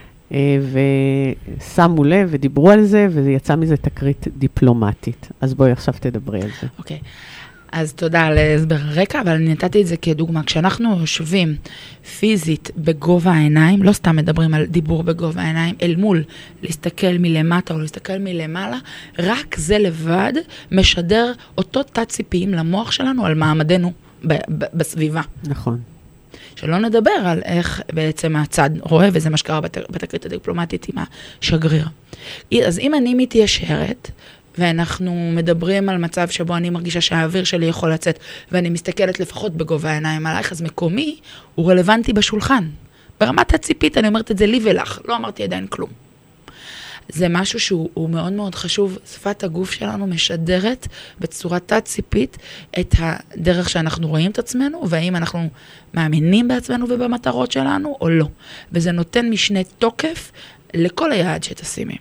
ושמו לב ודיברו על זה, וזה יצא מזה תקרית דיפלומטית. אז בואי עכשיו תדברי על זה. אוקיי. אז תודה על הסבר הרקע, אבל אני נתתי את זה כדוגמה. כשאנחנו יושבים פיזית בגובה העיניים, לא סתם מדברים על דיבור בגובה העיניים, אל מול להסתכל מלמטה או להסתכל מלמעלה, רק זה לבד משדר אותו תת ציפיים למוח שלנו על מעמדנו בסביבה. נכון. שלא נדבר על איך בעצם הצד רואה, וזה מה שקרה בתקרית הדיפלומטית עם השגריר. אז אם אני מתיישרת, ואנחנו מדברים על מצב שבו אני מרגישה שהאוויר שלי יכול לצאת, ואני מסתכלת לפחות בגובה העיניים עלייך, אז מקומי הוא רלוונטי בשולחן. ברמת הציפית, אני אומרת את זה לי ולך, לא אמרתי עדיין כלום. זה משהו שהוא מאוד מאוד חשוב. שפת הגוף שלנו משדרת בצורה תת-ציפית את הדרך שאנחנו רואים את עצמנו, והאם אנחנו מאמינים בעצמנו ובמטרות שלנו או לא. וזה נותן משנה תוקף לכל היעד שתשימי.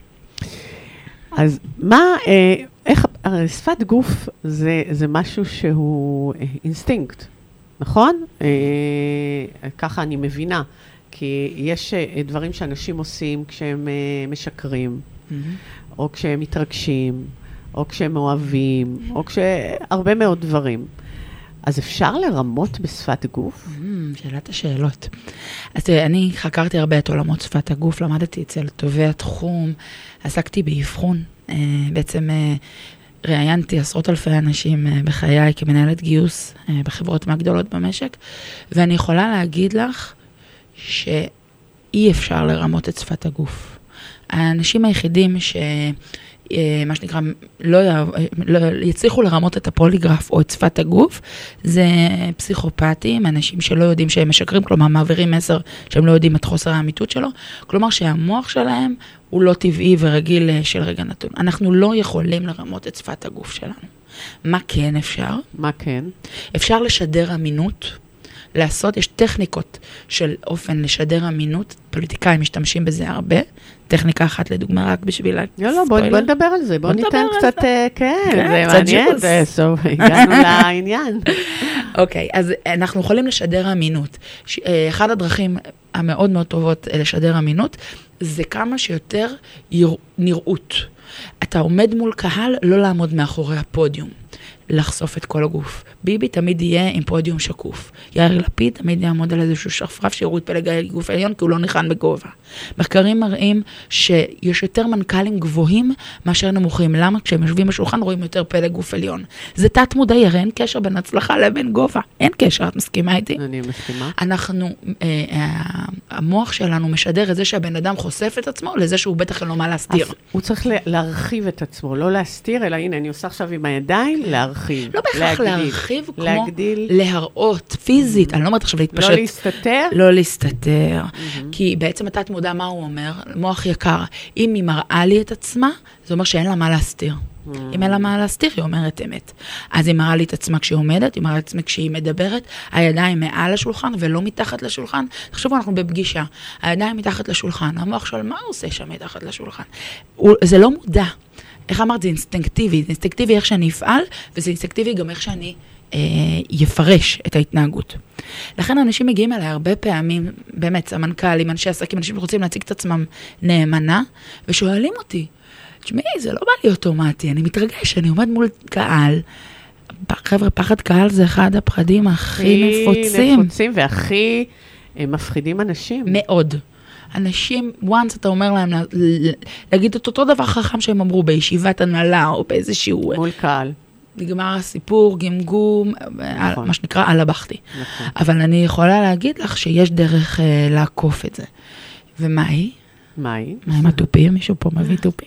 אז איך, שפת גוף זה משהו שהוא אינסטינקט, נכון? ככה אני מבינה. כי יש דברים שאנשים עושים כשהם משקרים, או כשהם מתרגשים, או כשהם אוהבים, או כשהרבה מאוד דברים. אז אפשר לרמות בשפת גוף? שאלת השאלות. אז אני חקרתי הרבה את עולמות שפת הגוף, למדתי אצל טובי התחום, עסקתי באבחון, בעצם ראיינתי עשרות אלפי אנשים בחיי כמנהלת גיוס בחברות מהגדולות במשק, ואני יכולה להגיד לך, שאי אפשר לרמות את שפת הגוף. האנשים היחידים מה שנקרא, לא יצליחו לרמות את הפוליגרף או את שפת הגוף, זה פסיכופטים, אנשים שלא יודעים שהם משקרים, כלומר מעבירים מסר שהם לא יודעים את חוסר האמיתות שלו, כלומר שהמוח שלהם הוא לא טבעי ורגיל של רגע נתון. אנחנו לא יכולים לרמות את שפת הגוף שלנו. מה כן אפשר? מה כן? אפשר לשדר אמינות, לעשות, יש טכניקות של אופן לשדר אמינות, פוליטיקאים משתמשים בזה הרבה, טכניקה אחת לדוגמה רק בשביל הספוילר. לא, בוא נדבר על זה, בוא ניתן קצת, כן, זה מעניין, טוב, הגענו לעניין. אוקיי, אז אנחנו יכולים לשדר אמינות. אחד הדרכים המאוד מאוד טובות לשדר אמינות, זה כמה שיותר נראות. אתה עומד מול קהל, לא לעמוד מאחורי הפודיום. לחשוף את כל הגוף. ביבי תמיד יהיה עם פודיום שקוף. יאיר לפיד תמיד יעמוד על איזשהו שרפרף שיראו את פלג הגוף העליון, כי הוא לא ניחן בגובה. מחקרים מראים שיש יותר מנכ"לים גבוהים מאשר נמוכים. למה? כשהם יושבים בשולחן רואים יותר פלג גוף עליון. זה תת מודעי, הרי אין קשר בין הצלחה לבין גובה. אין קשר, את מסכימה איתי? אני מסכימה. המוח שלנו משדר את זה שהבן אדם חושף את עצמו, לזה שהוא בטח אין לו מה להסתיר. הוא צריך להרחיב את עצמו, לא להסתיר, אלא הנה, אני עושה עכשיו עם הידיים, להרחיב. לא בהכרח להרחיב, כמו להראות פיזית. אני לא אומרת עכשיו להתפשט. לא להסתתר? לא להסתתר. כי בעצם התת מודע מה הוא אומר? מוח יקר, אם היא מראה לי את עצמה, זה אומר שאין לה מה להסתיר. אם אין לה מה להסתיר, היא אומרת אמת. אז היא מראה לי את עצמה כשהיא עומדת, היא מראה את עצמה כשהיא מדברת, הידיים מעל השולחן ולא מתחת לשולחן. תחשבו, אנחנו בפגישה, הידיים מתחת לשולחן, המוח שואל, מה הוא עושה שם מתחת לשולחן? זה לא מודע. איך אמרת? זה אינסטינקטיבי. זה אינסטינקטיבי איך שאני אפעל, וזה אינסטינקטיבי גם איך שאני יפרש את ההתנהגות. לכן אנשים מגיעים אליי הרבה פעמים, באמת, סמנכ"לים, אנשי עסקים, אנשים שרוצים להציג את עצמם נאמנה, ושואלים אותי, תשמעי, זה לא בא לי אוטומטי, אני מתרגש, אני עומד מול קהל, חבר'ה, פחד קהל זה אחד הפחדים הכי נפוצים. נפוצים והכי מפחידים אנשים. מאוד. אנשים, once אתה אומר להם להגיד את אותו דבר חכם שהם אמרו בישיבת הנהלה או באיזשהו... מול קהל. נגמר הסיפור, גמגום, נכון. מה שנקרא, על הבכתי. נכון. אבל אני יכולה להגיד לך שיש דרך לעקוף את זה. ומה היא? מה היא? מה עם הטופים? מישהו פה מביא טופים.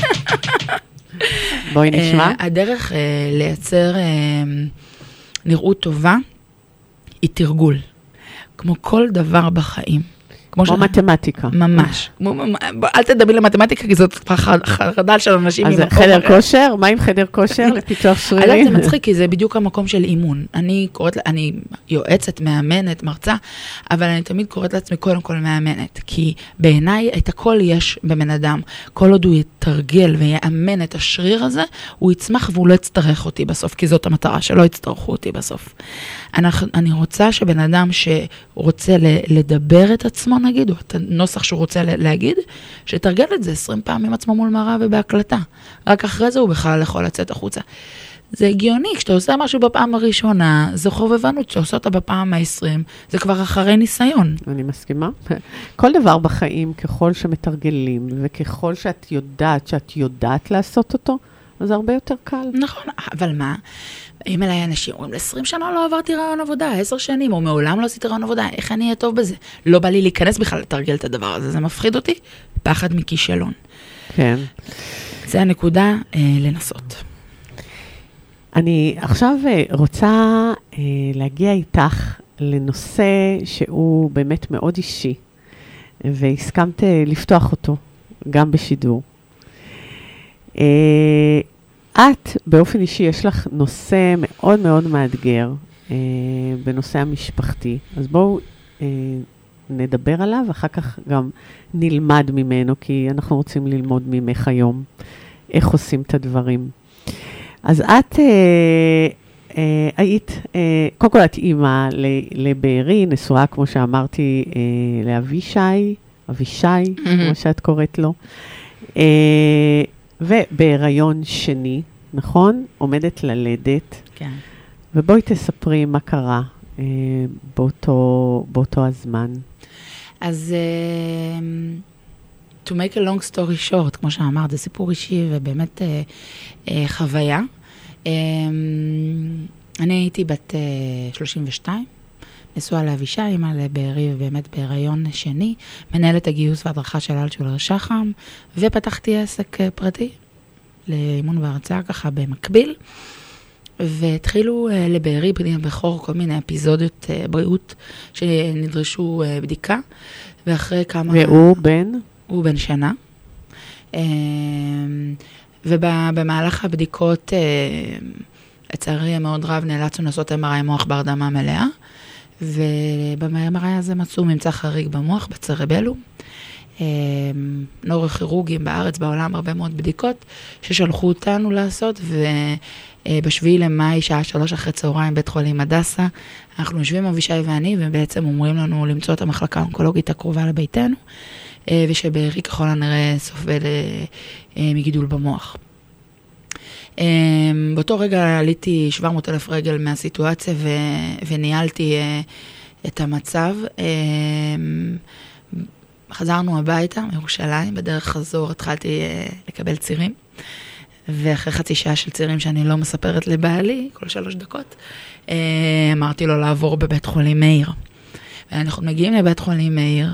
בואי נשמע. הדרך לייצר נראות טובה היא תרגול. כמו כל דבר בחיים. כמו מתמטיקה. ממש. אל תדבי למתמטיקה, כי זאת חרדה של אנשים. אז חדר כושר? מה עם חדר כושר לפיתוח שרירים? זה מצחיק, כי זה בדיוק המקום של אימון. אני יועצת, מאמנת, מרצה, אבל אני תמיד קוראת לעצמי קודם כל מאמנת, כי בעיניי את הכל יש בבן אדם. כל עוד הוא יתרגל ויאמן את השריר הזה, הוא יצמח והוא לא יצטרך אותי בסוף, כי זאת המטרה, שלא יצטרכו אותי בסוף. אני רוצה שבן אדם שרוצה לדבר את עצמו, נגיד, או את הנוסח שהוא רוצה להגיד, שתרגל את זה 20 פעמים עצמו מול מראה ובהקלטה. רק אחרי זה הוא בכלל יכול לצאת החוצה. זה הגיוני, כשאתה עושה משהו בפעם הראשונה, זו חובבנות, כשאתה עושה אותה בפעם ה-20, זה כבר אחרי ניסיון. אני מסכימה. כל דבר בחיים, ככל שמתרגלים, וככל שאת יודעת לעשות אותו, אז זה הרבה יותר קל. נכון, אבל מה? אם אליי אנשים אומרים, ל-20 שנה לא עברתי רעיון עבודה, 10 שנים, או מעולם לא עשיתי רעיון עבודה, איך אני אהיה טוב בזה? לא בא לי להיכנס בכלל לתרגל את הדבר הזה, זה מפחיד אותי, פחד מכישלון. כן. זה הנקודה לנסות. אני עכשיו רוצה להגיע איתך לנושא שהוא באמת מאוד אישי, והסכמת לפתוח אותו גם בשידור. את באופן אישי יש לך נושא מאוד מאוד מאתגר בנושא המשפחתי, אז בואו נדבר עליו, אחר כך גם נלמד ממנו, כי אנחנו רוצים ללמוד ממך היום איך עושים את הדברים. אז את היית, קודם כל את אימא לבארי, נשואה כמו שאמרתי לאבישי, כמו שאת קוראת לו, ובהיריון שני, נכון? עומדת ללדת. כן. ובואי תספרי מה קרה באותו הזמן. אז to make a long story short, כמו שאמרת, זה סיפור אישי ובאמת חוויה. אני הייתי בת 32, נשואה לאבישי, אימא לבארי ובאמת בהיריון שני, מנהלת הגיוס והדרכה של אלטשולר שחם, ופתחתי עסק פרטי לאימון והרצאה ככה במקביל, והתחילו לבארי בני הבכור כל מיני אפיזודיות בריאות שנדרשו בדיקה, ואחרי כמה... והוא בן? הוא בן שנה. ובמהלך הבדיקות, לצערי מאוד רב, נאלצנו לעשות MRI מוח בהרדמה מלאה, וב-MRI הזה מצאו ממצא חריג במוח, בצרבלום. נוירוכירורגים בארץ, בעולם, הרבה מאוד בדיקות, ששלחו אותנו לעשות, ובשביעי למאי, שעה 3 אחרי צהריים, בית חולים הדסה, אנחנו יושבים אבישי ואני, ובעצם אומרים לנו למצוא את המחלקה האונקולוגית הקרובה לביתנו, ושבארי ככל הנראה סובל מגידול במוח. באותו רגע עליתי 700,000 רגל מהסיטואציה וניהלתי את המצב. חזרנו הביתה מירושלים, בדרך חזור התחלתי לקבל צירים, ואחרי חצי שעה של צירים שאני לא מספרת לבעלי, כל 3 דקות, אמרתי לו לעבור בבית חולים מאיר. ואנחנו מגיעים לבית חולים מאיר,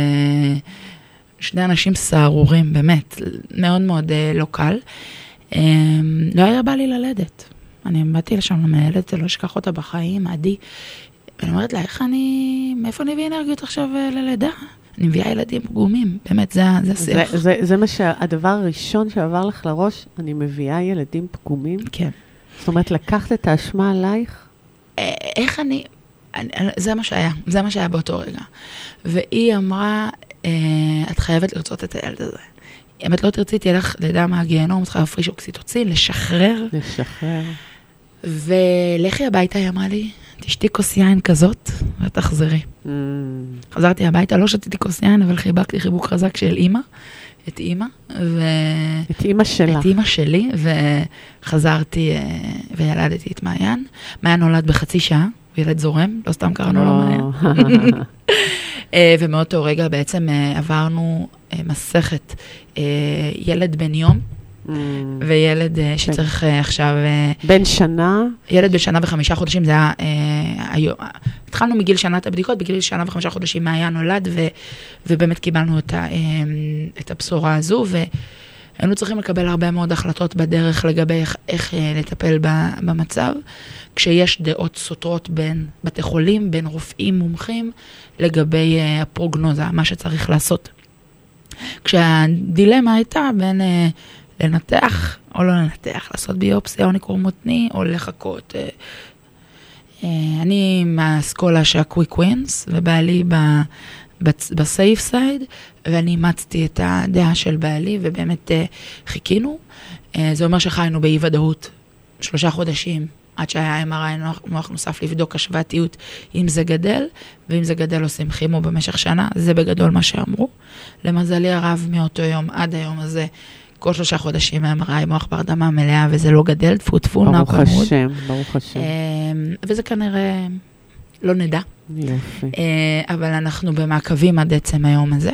ושני אנשים סערורים, באמת, מאוד מאוד לא קל. לא היה בא לי ללדת. אני באתי לשם למנהלת, לא אשכח אותה בחיים, עדי. ואני אומרת לה, מאיפה אני מביא אנרגיות עכשיו ללידה? אני מביאה ילדים פגומים, באמת, זה השיח. זה מה שהדבר הראשון שעבר לך לראש, אני מביאה ילדים פגומים? כן. זאת אומרת, לקחת את האשמה עלייך? איך זה מה שהיה באותו רגע. והיא אמרה, את חייבת לרצות את הילד הזה. אם את לא תרצי, תהיה לך לידה מהגיהנום, את צריכה להפריש אוקסיטוצין, לשחרר. ולכי הביתה, היא אמרה לי, תשתי כוס יין כזאת, ותחזרי. חזרתי הביתה, לא שתיתי כוס יין, אבל חיבקתי חיבוק חזק של אימא. את אימא, את אימא שלה. את אימא שלי, וחזרתי וילדתי את מעיין. מעיין נולד בחצי שעה, ילד זורם, לא סתם קראנו לו מעיין. ומאותו רגע בעצם עברנו מסכת ילד בן יום, וילד שצריך עכשיו... בן שנה? ילד בן שנה ו5 חודשים, זה היה... התחלנו מגיל שנה את הבדיקות, בגיל שנה ו5 חודשים מעיין נולד, ובאמת קיבלנו את הבשורה הזו, והיינו צריכים לקבל הרבה מאוד החלטות בדרך לגבי איך לטפל במצב, כשיש דעות סותרות בין בתי חולים, בין רופאים מומחים, לגבי הפרוגנוזה, מה שצריך לעשות. כשהדילמה הייתה בין לנתח או לא לנתח, לעשות ביופסיה או ניכור מותני, או לחכות. אני מהאסכולה של ה-Quick Wins, ובעלי בסייף סייד, ואני אימצתי את הדעה של בעלי, ובאמת חיכינו. זה אומר שחיינו באי ודאות 3 חודשים, עד שהיה MRI מוח נוסף לבדוק השוואתיות, אם זה גדל, ואם זה גדל עושים כימו במשך שנה, זה בגדול מה שאמרו. למזלי הרב מאותו יום עד היום הזה, כל 3 חודשים MRI מוח בהרדמה מלאה, וזה לא גדל, טפו, ברוך השם, ברוך השם. וזה כנראה לא נדע. יופי. אבל אנחנו במעקבים עד עצם היום הזה.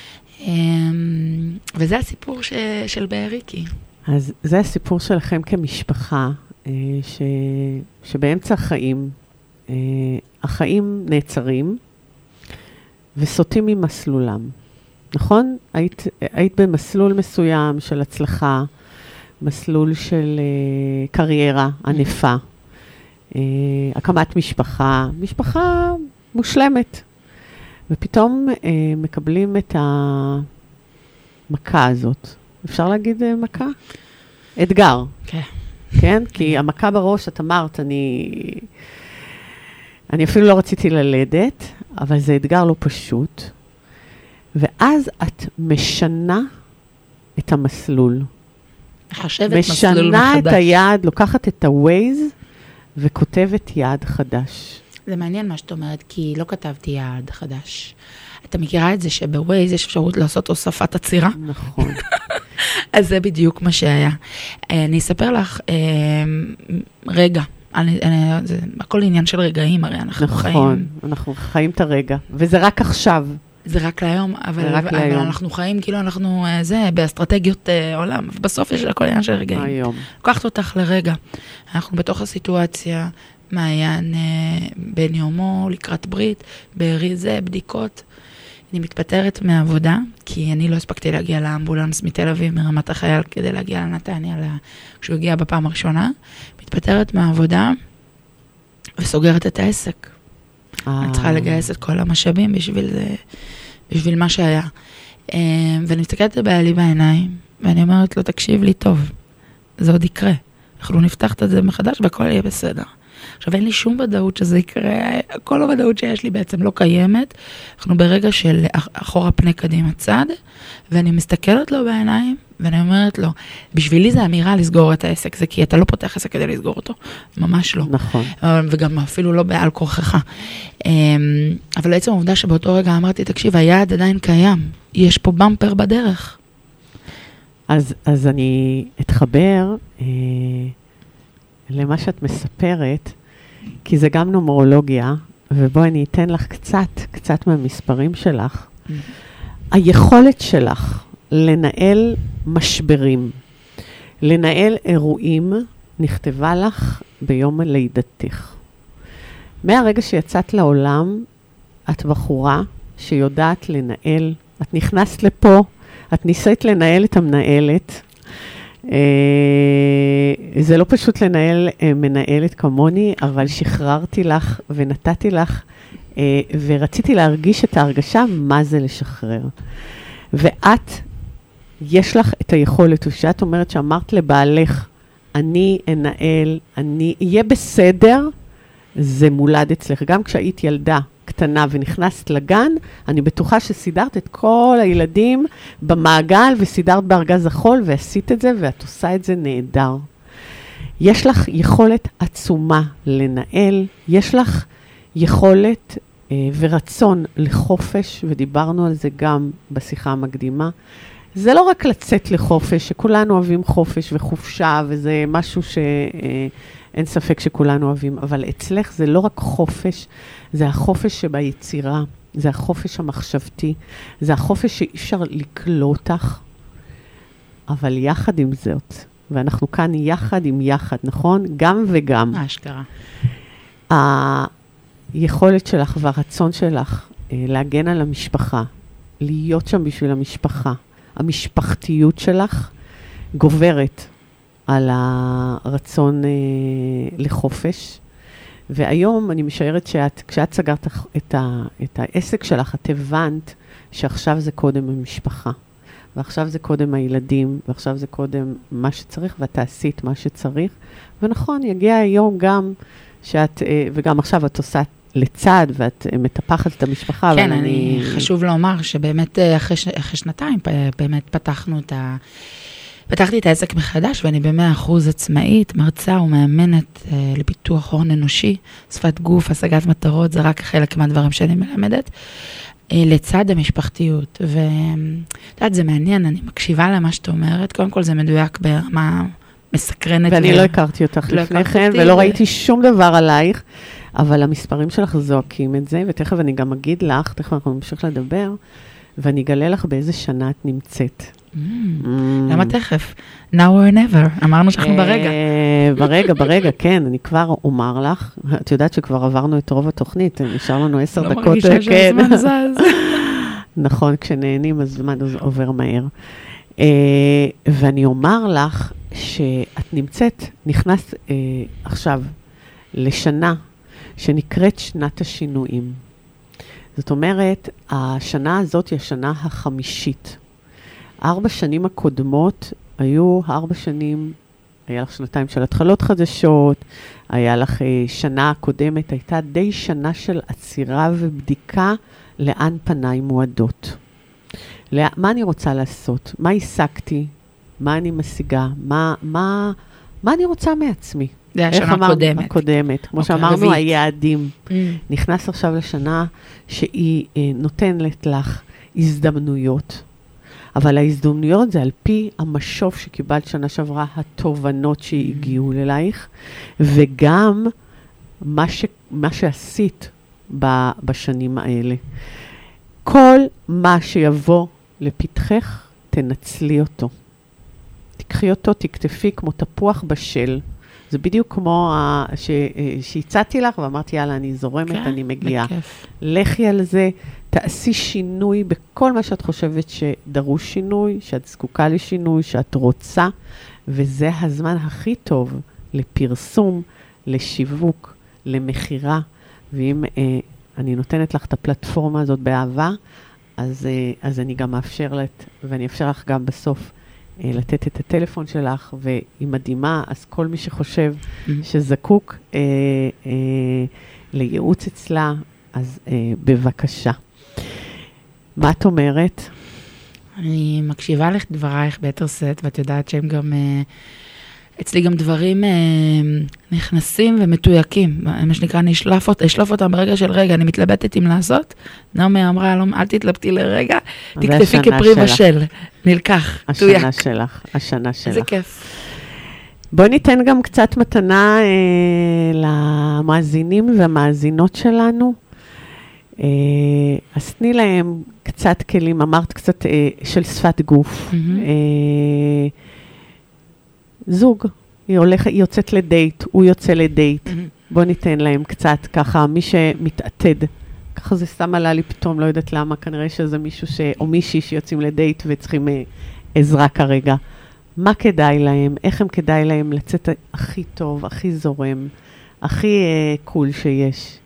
וזה הסיפור של באריקי. אז זה הסיפור שלכם כמשפחה, שבאמצע החיים, החיים נעצרים וסוטים ממסלולם. נכון? היית במסלול מסוים של הצלחה, מסלול של קריירה ענפה, הקמת משפחה מושלמת. ופתאום מקבלים את המכה הזאת. אפשר להגיד מכה? אתגר. כן. כן? כי המכה בראש, את אמרת, אני אפילו לא רציתי ללדת, אבל זה אתגר לא פשוט. ואז את משנה את המסלול. מחשבת מסלול מחדש. משנה את היעד, לוקחת את הווייז, וכותבת יעד חדש. זה מעניין מה שאת אומרת, כי לא כתבתי יעד חדש. אתה מכירה את זה שבווייז יש אפשרות לעשות הוספת עצירה? נכון. אז זה בדיוק מה שהיה. אני אספר לך רגע. זה הכל עניין של רגעים, הרי אנחנו חיים. נכון, אנחנו חיים את הרגע. וזה רק עכשיו. זה רק להיום, אבל אנחנו חיים כאילו אנחנו, זה, באסטרטגיות עולם. בסוף יש הכל עניין של רגעים. היום. לוקחת אותך לרגע. אנחנו בתוך הסיטואציה, מעיין בן יומו, לקראת ברית, בערי זה, בדיקות. אני מתפטרת מהעבודה, כי אני לא הספקתי להגיע לאמבולנס מתל אביב, מרמת החייל, כדי להגיע לנתניה, כשהוא הגיע בפעם הראשונה. מתפטרת מהעבודה, וסוגרת את העסק. אני צריכה לגייס את כל המשאבים בשביל מה שהיה. ואני מסתכלת לבעלי בעיניים, ואני אומרת לו, תקשיב לי טוב, זה עוד יקרה. אנחנו נפתח את זה מחדש, והכל יהיה בסדר. עכשיו, אין לי שום ודאות שזה יקרה, כל הוודאות שיש לי בעצם לא קיימת. אנחנו ברגע של אחורה פני קדימה צד, ואני מסתכלת לו בעיניים, ואני אומרת לו, בשבילי זה אמירה לסגור את העסק, זה כי אתה לא פותח עסק כדי לסגור אותו, ממש לא. נכון. וגם אפילו לא בעל כורכך. אבל בעצם העובדה שבאותו רגע אמרתי, תקשיב, היעד עדיין קיים, יש פה במפר בדרך. אז אני אתחבר למה שאת מספרת, כי זה גם נומרולוגיה, ובואי אני אתן לך קצת מהמספרים שלך. היכולת שלך לנהל משברים, לנהל אירועים, נכתבה לך ביום לידתך. מהרגע שיצאת לעולם, את בחורה שיודעת לנהל, את נכנסת לפה, את ניסית לנהל את המנהלת, זה לא פשוט לנהל מנהלת כמוני, אבל שחררתי לך ונתתי לך, ורציתי להרגיש את ההרגשה מה זה לשחרר. ואת, יש לך את היכולת, ושאת אומרת שאמרת לבעלך, אני אנהל, אני אהיה בסדר, זה מולד אצלך. גם כשהיית ילדה קטנה ונכנסת לגן, אני בטוחה שסידרת את כל הילדים במעגל, וסידרת בארגז החול, ועשית את זה, ואת עושה את זה נהדר. יש לך יכולת עצומה לנהל, יש לך יכולת ורצון לחופש, ודיברנו על זה גם בשיחה המקדימה, זה לא רק לצאת לחופש, שכולנו אוהבים חופש וחופשה, וזה משהו שאין ספק שכולנו אוהבים, אבל אצלך זה לא רק חופש, זה החופש שביצירה, זה החופש המחשבתי, זה החופש שאי אפשר לקלוט אותך, אבל יחד עם זאת, ואנחנו כאן יחד עם יחד, נכון? גם וגם. אשכרה. היכולת שלך והרצון שלך להגן על המשפחה, להיות שם בשביל המשפחה, המשפחתיות שלך גוברת על הרצון לחופש. והיום אני משערת כשאת סגרת את העסק שלך, את הבנת שעכשיו זה קודם המשפחה, ועכשיו זה קודם הילדים, ועכשיו זה קודם מה שצריך, ואת עשית מה שצריך. ונכון, יגיע היום גם שאת, וגם עכשיו את עושה לצד, ואת מטפחת את המשפחה. כן, אני חשוב לומר שבאמת אחרי שנתיים באמת פתחתי את העסק מחדש, ואני ב100% עצמאית, מרצה ומאמנת לפיתוח הון אנושי, שפת גוף, השגת מטרות, זה רק חלק מהדברים שאני מלמדת, לצד המשפחתיות. ואת יודעת, זה מעניין, אני מקשיבה למה שאת אומרת, קודם כל זה מדויק ברמה מסקרנת. ואני לא הכרתי אותך לפני כן, ולא ראיתי שום דבר עלייך, אבל המספרים שלך זועקים את זה, ותכף אני גם אגיד לך, תכף אנחנו נמשיך לדבר, ואני אגלה לך באיזה שנה את נמצאת. למה תכף? Now or never. אמרנו שאנחנו ברגע, כן, אני כבר אומר לך, את יודעת שכבר עברנו את רוב התוכנית, נשאר לנו 10 דקות. לא מרגישה שהזמן זז. נכון, כשנהנים הזמן עובר מהר. ואני אומר לך שאת נכנסת עכשיו לשנה שנקראת שנת השינויים. זאת אומרת, השנה הזאת היא השנה החמישית. 4 שנים הקודמות היו 4 שנים, היה לך 2 של התחלות חדשות, היה לך שנה הקודמת, הייתה די שנה של עצירה ובדיקה לאן פניי מועדות. מה אני רוצה לעשות? מה השגתי? מה אני משיגה? מה אני רוצה מעצמי? זה השנה הקודמת. כמו שאמרנו, היעדים. נכנס עכשיו לשנה שהיא נותנת לך הזדמנויות. אבל ההזדמנויות זה על פי המשוב שקיבלת שנה שעברה, התובנות שהגיעו אלייך, וגם מה שעשית בשנים האלה. כל מה שיבוא לפתחך, תנצלי אותו. תקחי אותו, תקטפי כמו תפוח בשל. זה בדיוק כמו שהצעתי לך, ואמרתי, יאללה, אני זורמת, אני מגיעה. לכי על זה, תעשי שינוי בכל מה שאת חושבת שדרוש שינוי, שאת זקוקה לשינוי, שאת רוצה, וזה הזמן הכי טוב לפרסום, לשיווק, למחירה, ואם אני נותנת לך את הפלטפורמה הזאת באהבה, אז אני גם מאפשר ואני אפשר לך גם בסוף לתת את הטלפון שלך, והיא מדהימה, אז כל מי שחושב שזקוק לייעוץ אצלה, אז בבקשה. מה את אומרת? אני מקשיבה לך דברייך ביתר סט, ואת יודעת שהם גם, אצלי גם דברים נכנסים ומתויקים. מה שנקרא, אני אשלוף אותם ברגע של רגע, אני מתלבטת אם לעשות. נעמי אמרה, אל תתלבטי לרגע, תכתפי כפרי בשל. נלקח, תויק. השנה שלך. איזה כיף. בואי ניתן גם קצת מתנה למאזינים והמאזינות שלנו. אז תני להם קצת כלים, אמרת קצת של שפת גוף. זוג, היא יוצאת לדייט, הוא יוצא לדייט. בוא ניתן להם קצת ככה, מי שמתעתד. ככה זה סתם עלה לי פתאום, לא יודעת למה, כנראה שזה מישהו או מישהי שיוצאים לדייט וצריכים עזרה כרגע. מה כדאי להם? איך הם כדאי להם לצאת הכי טוב, הכי זורם, הכי קול שיש?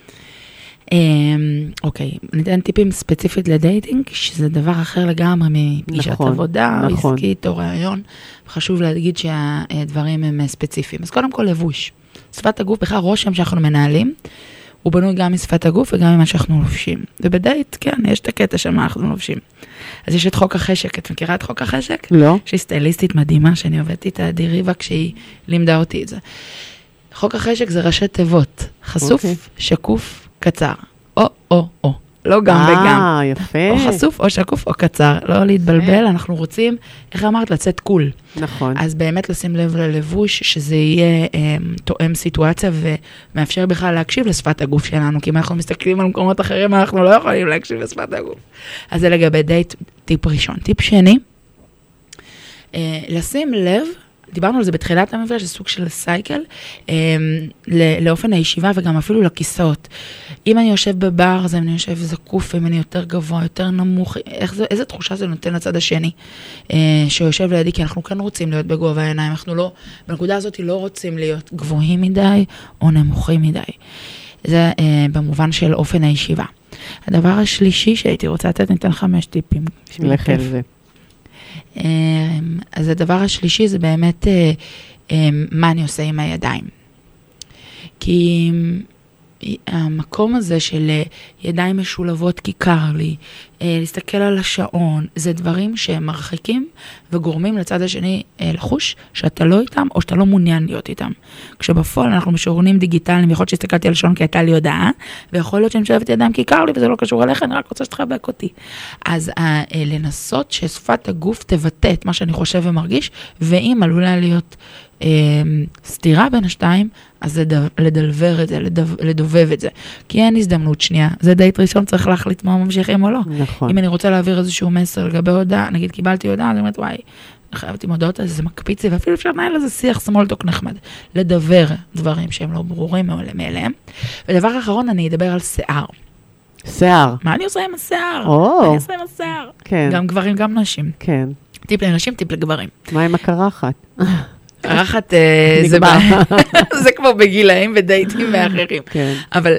אוקיי, ניתן טיפים ספציפית לדייטינג, שזה דבר אחר לגמרי מפגישת עבודה, או עסקית, או רעיון. חשוב להגיד שהדברים הם ספציפיים. אז קודם כל לבוש. שפת הגוף, בכלל רושם שאנחנו מנהלים, הוא בנוי גם משפת הגוף וגם ממה שאנחנו לובשים. ובדייט, כן, יש את הקטע של מה אנחנו לובשים. אז יש את חוק החשק. את מכירה את חוק החשק? לא. שהיא סטייליסטית מדהימה, שאני עובדת איתה, דיריבה, כשהיא לימדה אותי את זה. חוק החשק זה ראשי תיבות. חשוף, שקוף, קצר. או. לא גם וגם. יפה. או חשוף, או שקוף, או קצר. לא להתבלבל, אנחנו רוצים, איך אמרת, לצאת קול. נכון. אז באמת לשים לב ללבוש, שזה יהיה תואם סיטואציה, ומאפשר בכלל להקשיב לשפת הגוף שלנו, כי אם אנחנו מסתכלים על מקומות אחרים, אנחנו לא יכולים להקשיב לשפת הגוף. אז זה לגבי דייט, טיפ ראשון. טיפ שני, לשים לב, דיברנו על זה בתחילת המפגש, זה סוג של סייקל, לאופן הישיבה וגם אפילו לכיסאות. אם אני יושב בבר, אז אני יושב זקוף, אם אני יותר גבוה, יותר נמוך, איזה תחושה זה נותן לצד השני, שיושב לידי, כי אנחנו כאן רוצים להיות בגובה העיניים, אנחנו לא, בנקודה הזאת לא רוצים להיות גבוהים מדי או נמוכים מדי. זה במובן של אופן הישיבה. הדבר השלישי שהייתי רוצה לתת, ניתן 5 טיפים. לך על זה. אז הדבר השלישי זה באמת מה אני עושה עם הידיים. כי המקום הזה של ידיים משולבות כי קר לי, להסתכל על השעון, זה דברים שהם מרחיקים וגורמים לצד השני לחוש שאתה לא איתם או שאתה לא מעוניין להיות איתם. כשבפועל אנחנו משורונים דיגיטליים, יכול להיות שהסתכלתי על השעון כי הייתה לי הודעה, ויכול להיות שאני משלבת ידיים כי קר לי וזה לא קשור אליך, אני רק רוצה שתחבק אותי. אז לנסות ששפת הגוף תבטא את מה שאני חושב ומרגיש, ואם עלולה להיות סתירה בין השתיים, אז לדלבר את זה, לדובב את זה. כי אין הזדמנות שנייה. זה דייט ראשון, צריך להחליט מה ממשיכים או לא. נכון. אם אני רוצה להעביר איזשהו מסר לגבי הודעה, נגיד קיבלתי הודעה, אני אומרת, וואי, חייבתי עם הודעות, אז זה מקפיץ לי, ואפילו אפשר לנהל לזה שיח סמולטוק נחמד. לדבר דברים שהם לא ברורים מאליהם. ודבר אחרון, אני אדבר על שיער. שיער. מה אני עושה עם השיער? או. מה אני עושה עם השיער? כן. גם גברים, גם נשים. כן. טיפ לנשים, טיפ לגברים. מה עם הקרחת? קרחת זה כמו בגילאים ודייטים ואחרים. כן. אבל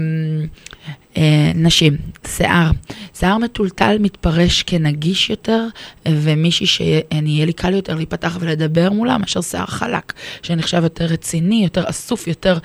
נשים, שיער מטולטל מתפרש כנגיש יותר, ומישהי שיהיה לי קל יותר להיפתח ולדבר מולה, מאשר שיער חלק, שנחשב יותר רציני, יותר אסוף, יותר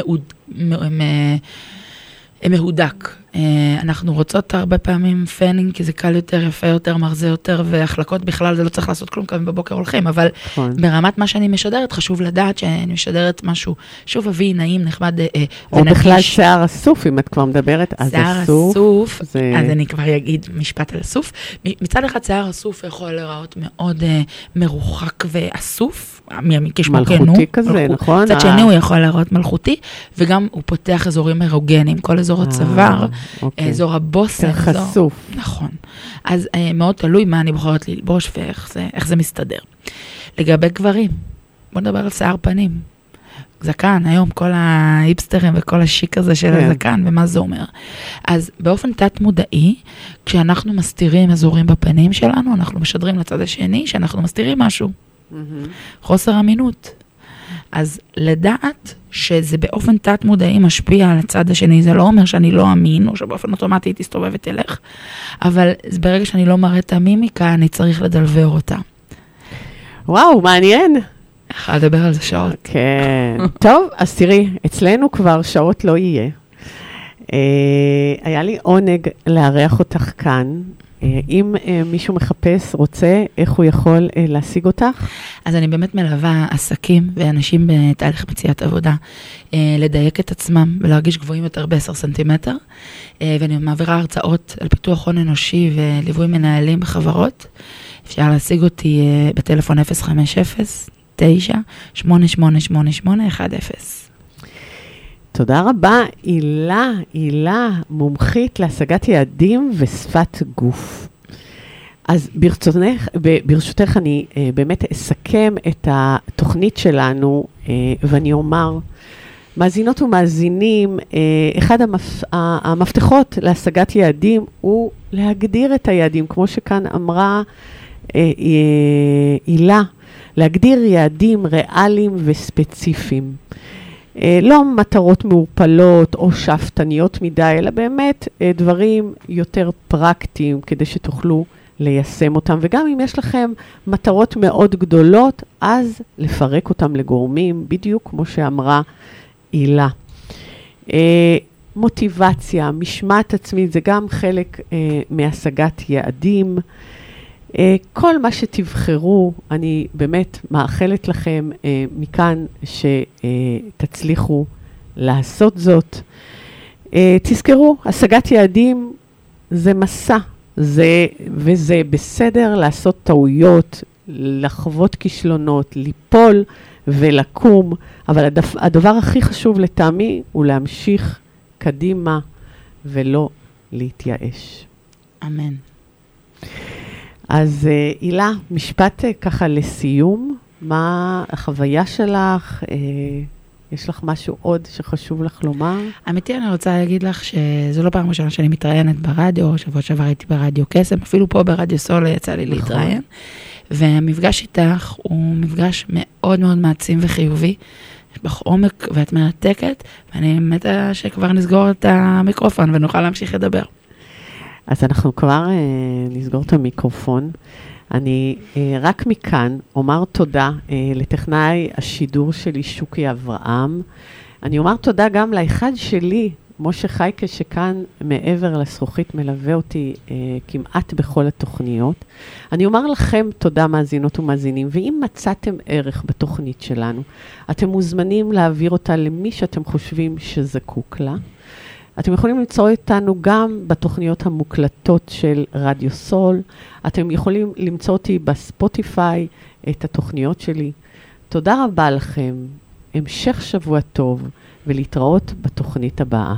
מהודק. אנחנו רוצות הרבה פעמים פנינג, כי זה קל יותר, יפה יותר, מרזה יותר, והחלקות בכלל זה לא צריך לעשות כלום, כמה בבוקר הולכים, אבל ברמת מה שאני משדרת, חשוב לדעת שאני משדרת משהו, שוב אבי, נעים, נחמד ונגיש. או בכלל שיער אסוף, אם את כבר מדברת, אז אסוף. אז אני כבר אגיד משפט על אסוף. מצד אחד שיער אסוף יכול להיראות מאוד מרוחק ואסוף, מלכותי כזה, נכון? מצד שני הוא יכול להיראות מלכותי, וגם הוא פותח אזורים אירוגנים, כל אזור הצוואר, אזור הבוסן. חשוף. נכון. אז מאוד תלוי מה אני בוחרת ללבוש ואיך זה מסתדר. לגבי גברים, בוא נדבר על שיער פנים. זקן, היום כל ההיפסטרים וכל השיק הזה של הזקן, ומה זה אומר. אז באופן תת מודעי, כשאנחנו מסתירים אזורים בפנים שלנו, אנחנו משדרים לצד השני שאנחנו מסתירים משהו. חוסר אמינות. אז לדעת שזה באופן תת מודעי משפיע על הצד השני, זה לא אומר שאני לא אמין, או שבאופן אוטומטי תסתובב ותלך, אבל ברגע שאני לא מראה את המימיקה, אני צריך לדלבר אותה. וואו, מעניין. יכולה לדבר על זה שעות. כן. טוב, אז תראי, אצלנו כבר שעות לא יהיה. היה לי עונג לארח אותך כאן. אם מישהו מחפש, רוצה, איך הוא יכול להשיג אותך? אז אני באמת מלווה עסקים ואנשים בתהליך מציאת עבודה, לדייק את עצמם ולהרגיש גבוהים יותר ב10 סנטימטר, ואני מעבירה הרצאות על פיתוח הון אנושי וליווי מנהלים בחברות. אפשר להשיג אותי בטלפון 050-9888810. תודה רבה, הילה, מומחית להשגת יעדים ושפת גוף. אז ברשותך אני באמת אסכם את התוכנית שלנו, ואני אומר, מאזינות ומאזינים, אחד המפתחות להשגת יעדים הוא להגדיר את היעדים, כמו שכאן אמרה הילה, להגדיר יעדים ריאליים וספציפיים. לא מטרות מעורפלות או שפטניות מדי, אלא באמת דברים יותר פרקטיים כדי שתוכלו ליישם אותם. וגם אם יש לכם מטרות מאוד גדולות, אז לפרק אותם לגורמים, בדיוק כמו שאמרה הילה. מוטיבציה, משמעת עצמית, זה גם חלק מהשגת יעדים. כל מה שתבחרו, אני באמת מאחלת לכם מכאן שתצליחו לעשות זאת. תזכרו, השגת יעדים זה מסע, וזה בסדר לעשות טעויות, לחוות כישלונות, ליפול ולקום, אבל הדבר הכי חשוב לטעמי הוא להמשיך קדימה ולא להתייאש. אמן. אז הילה, משפט ככה לסיום, מה החוויה שלך? יש לך משהו עוד שחשוב לך לומר? אמיתי, אני רוצה להגיד לך שזו לא פעם ראשונה שאני מתראיינת ברדיו, שבוע שעבר הייתי ברדיו קסם, אפילו פה ברדיו סול יצא לי להתראיין, והמפגש איתך הוא מפגש מאוד מאוד מעצים וחיובי, יש בך עומק ואת מנתקת, ואני מתה שכבר נסגור את המיקרופון ונוכל להמשיך לדבר. אז אנחנו כבר נסגור את המיקרופון. אני רק מכאן אומר תודה לטכנאי השידור שלי שוקי אברהם. אני אומר תודה גם לאחד שלי, משה חייקה, שכאן מעבר לזכוכית מלווה אותי כמעט בכל התוכניות. אני אומר לכם תודה מאזינות ומאזינים, ואם מצאתם ערך בתוכנית שלנו, אתם מוזמנים להעביר אותה למי שאתם חושבים שזקוק לה. אתם יכולים למצוא איתנו גם בתוכניות המוקלטות של רדיו סול. אתם יכולים למצוא אותי בספוטיפיי, את התוכניות שלי. תודה רבה לכם, המשך שבוע טוב, ולהתראות בתוכנית הבאה.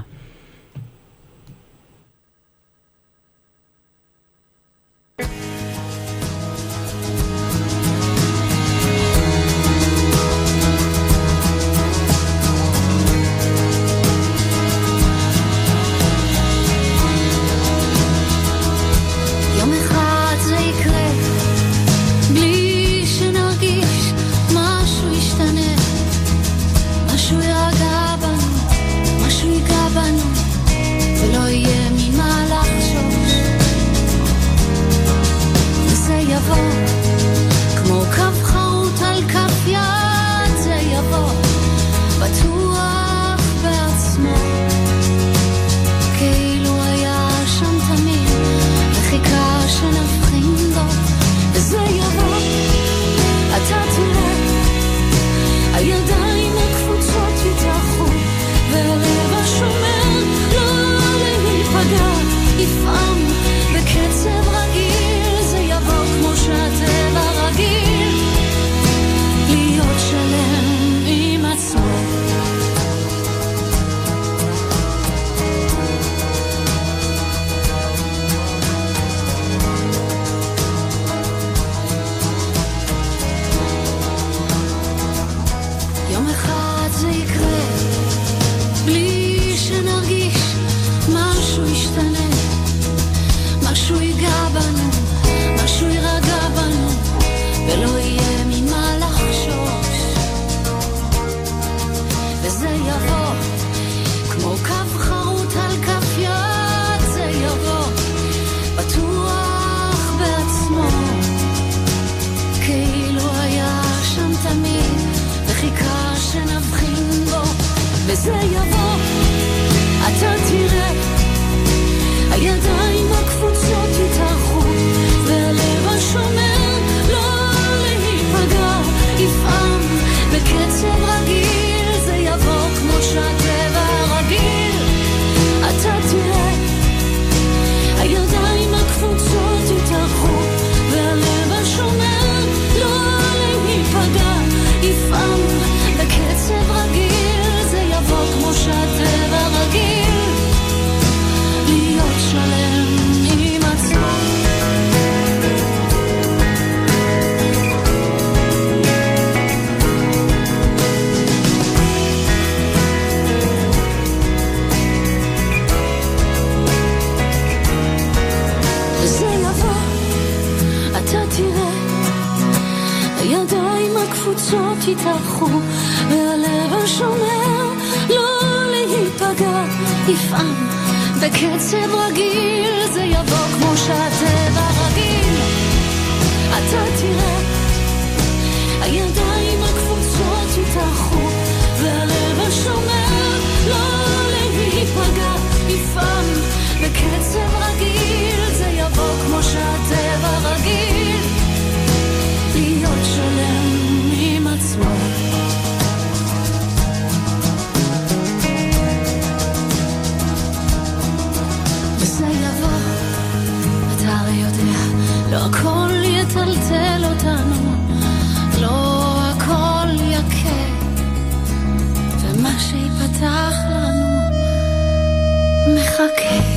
כמו קו חרוט על כף יד זה יבוא בטוח בעצמו כאילו היה שם תמיד וחיכה שנבחין בו וזה יבוא אתה תראה הידיים הקפוצות יתרחו והלב השומר לא להיפגע יפעם בקצב רגיל זה יבוא כמו שהטבע רגיל להיות שלם עם עצמו יום אחד זה יקרה בלי שנרגיש משהו ישתנה משהו ייגע בנו משהו יירגע בנו ולא יהיה ממה לחשוש וזה יבוא כמו קו חרוט על כף יד זה יבוא בטוח בעצמו כאילו היה שם תמיד וחיכה שנבחין בו וזה יבוא אתה תראה הידיים הקפוצות יתארחו והלב השומר לא להיפגע יפעם בקצב רגיל זה יבוא כמו שהטבע רגיל אתה תראה הידיים הקפוצות יתארחו והלב השומר לא להיפגע יפעם בקצב רגיל זה יבוא כמו שהטבע רגיל להיות שלם עם עצמו וזה יבוא אתה תראה הידיים הקפוצות יתארחו והלב השומר לא להיפגע יפעם בקצב רגיל זה יבוא כמו שהטבע רגיל אתה תראה הידיים הקפוצות יתארחו והלב השומר לא להיפגע יפעם בקצב רגיל זה יבוא כמו שהטבע רגיל להיות שלם עם עצמו וזה יבוא שיפתח לנו מחכה.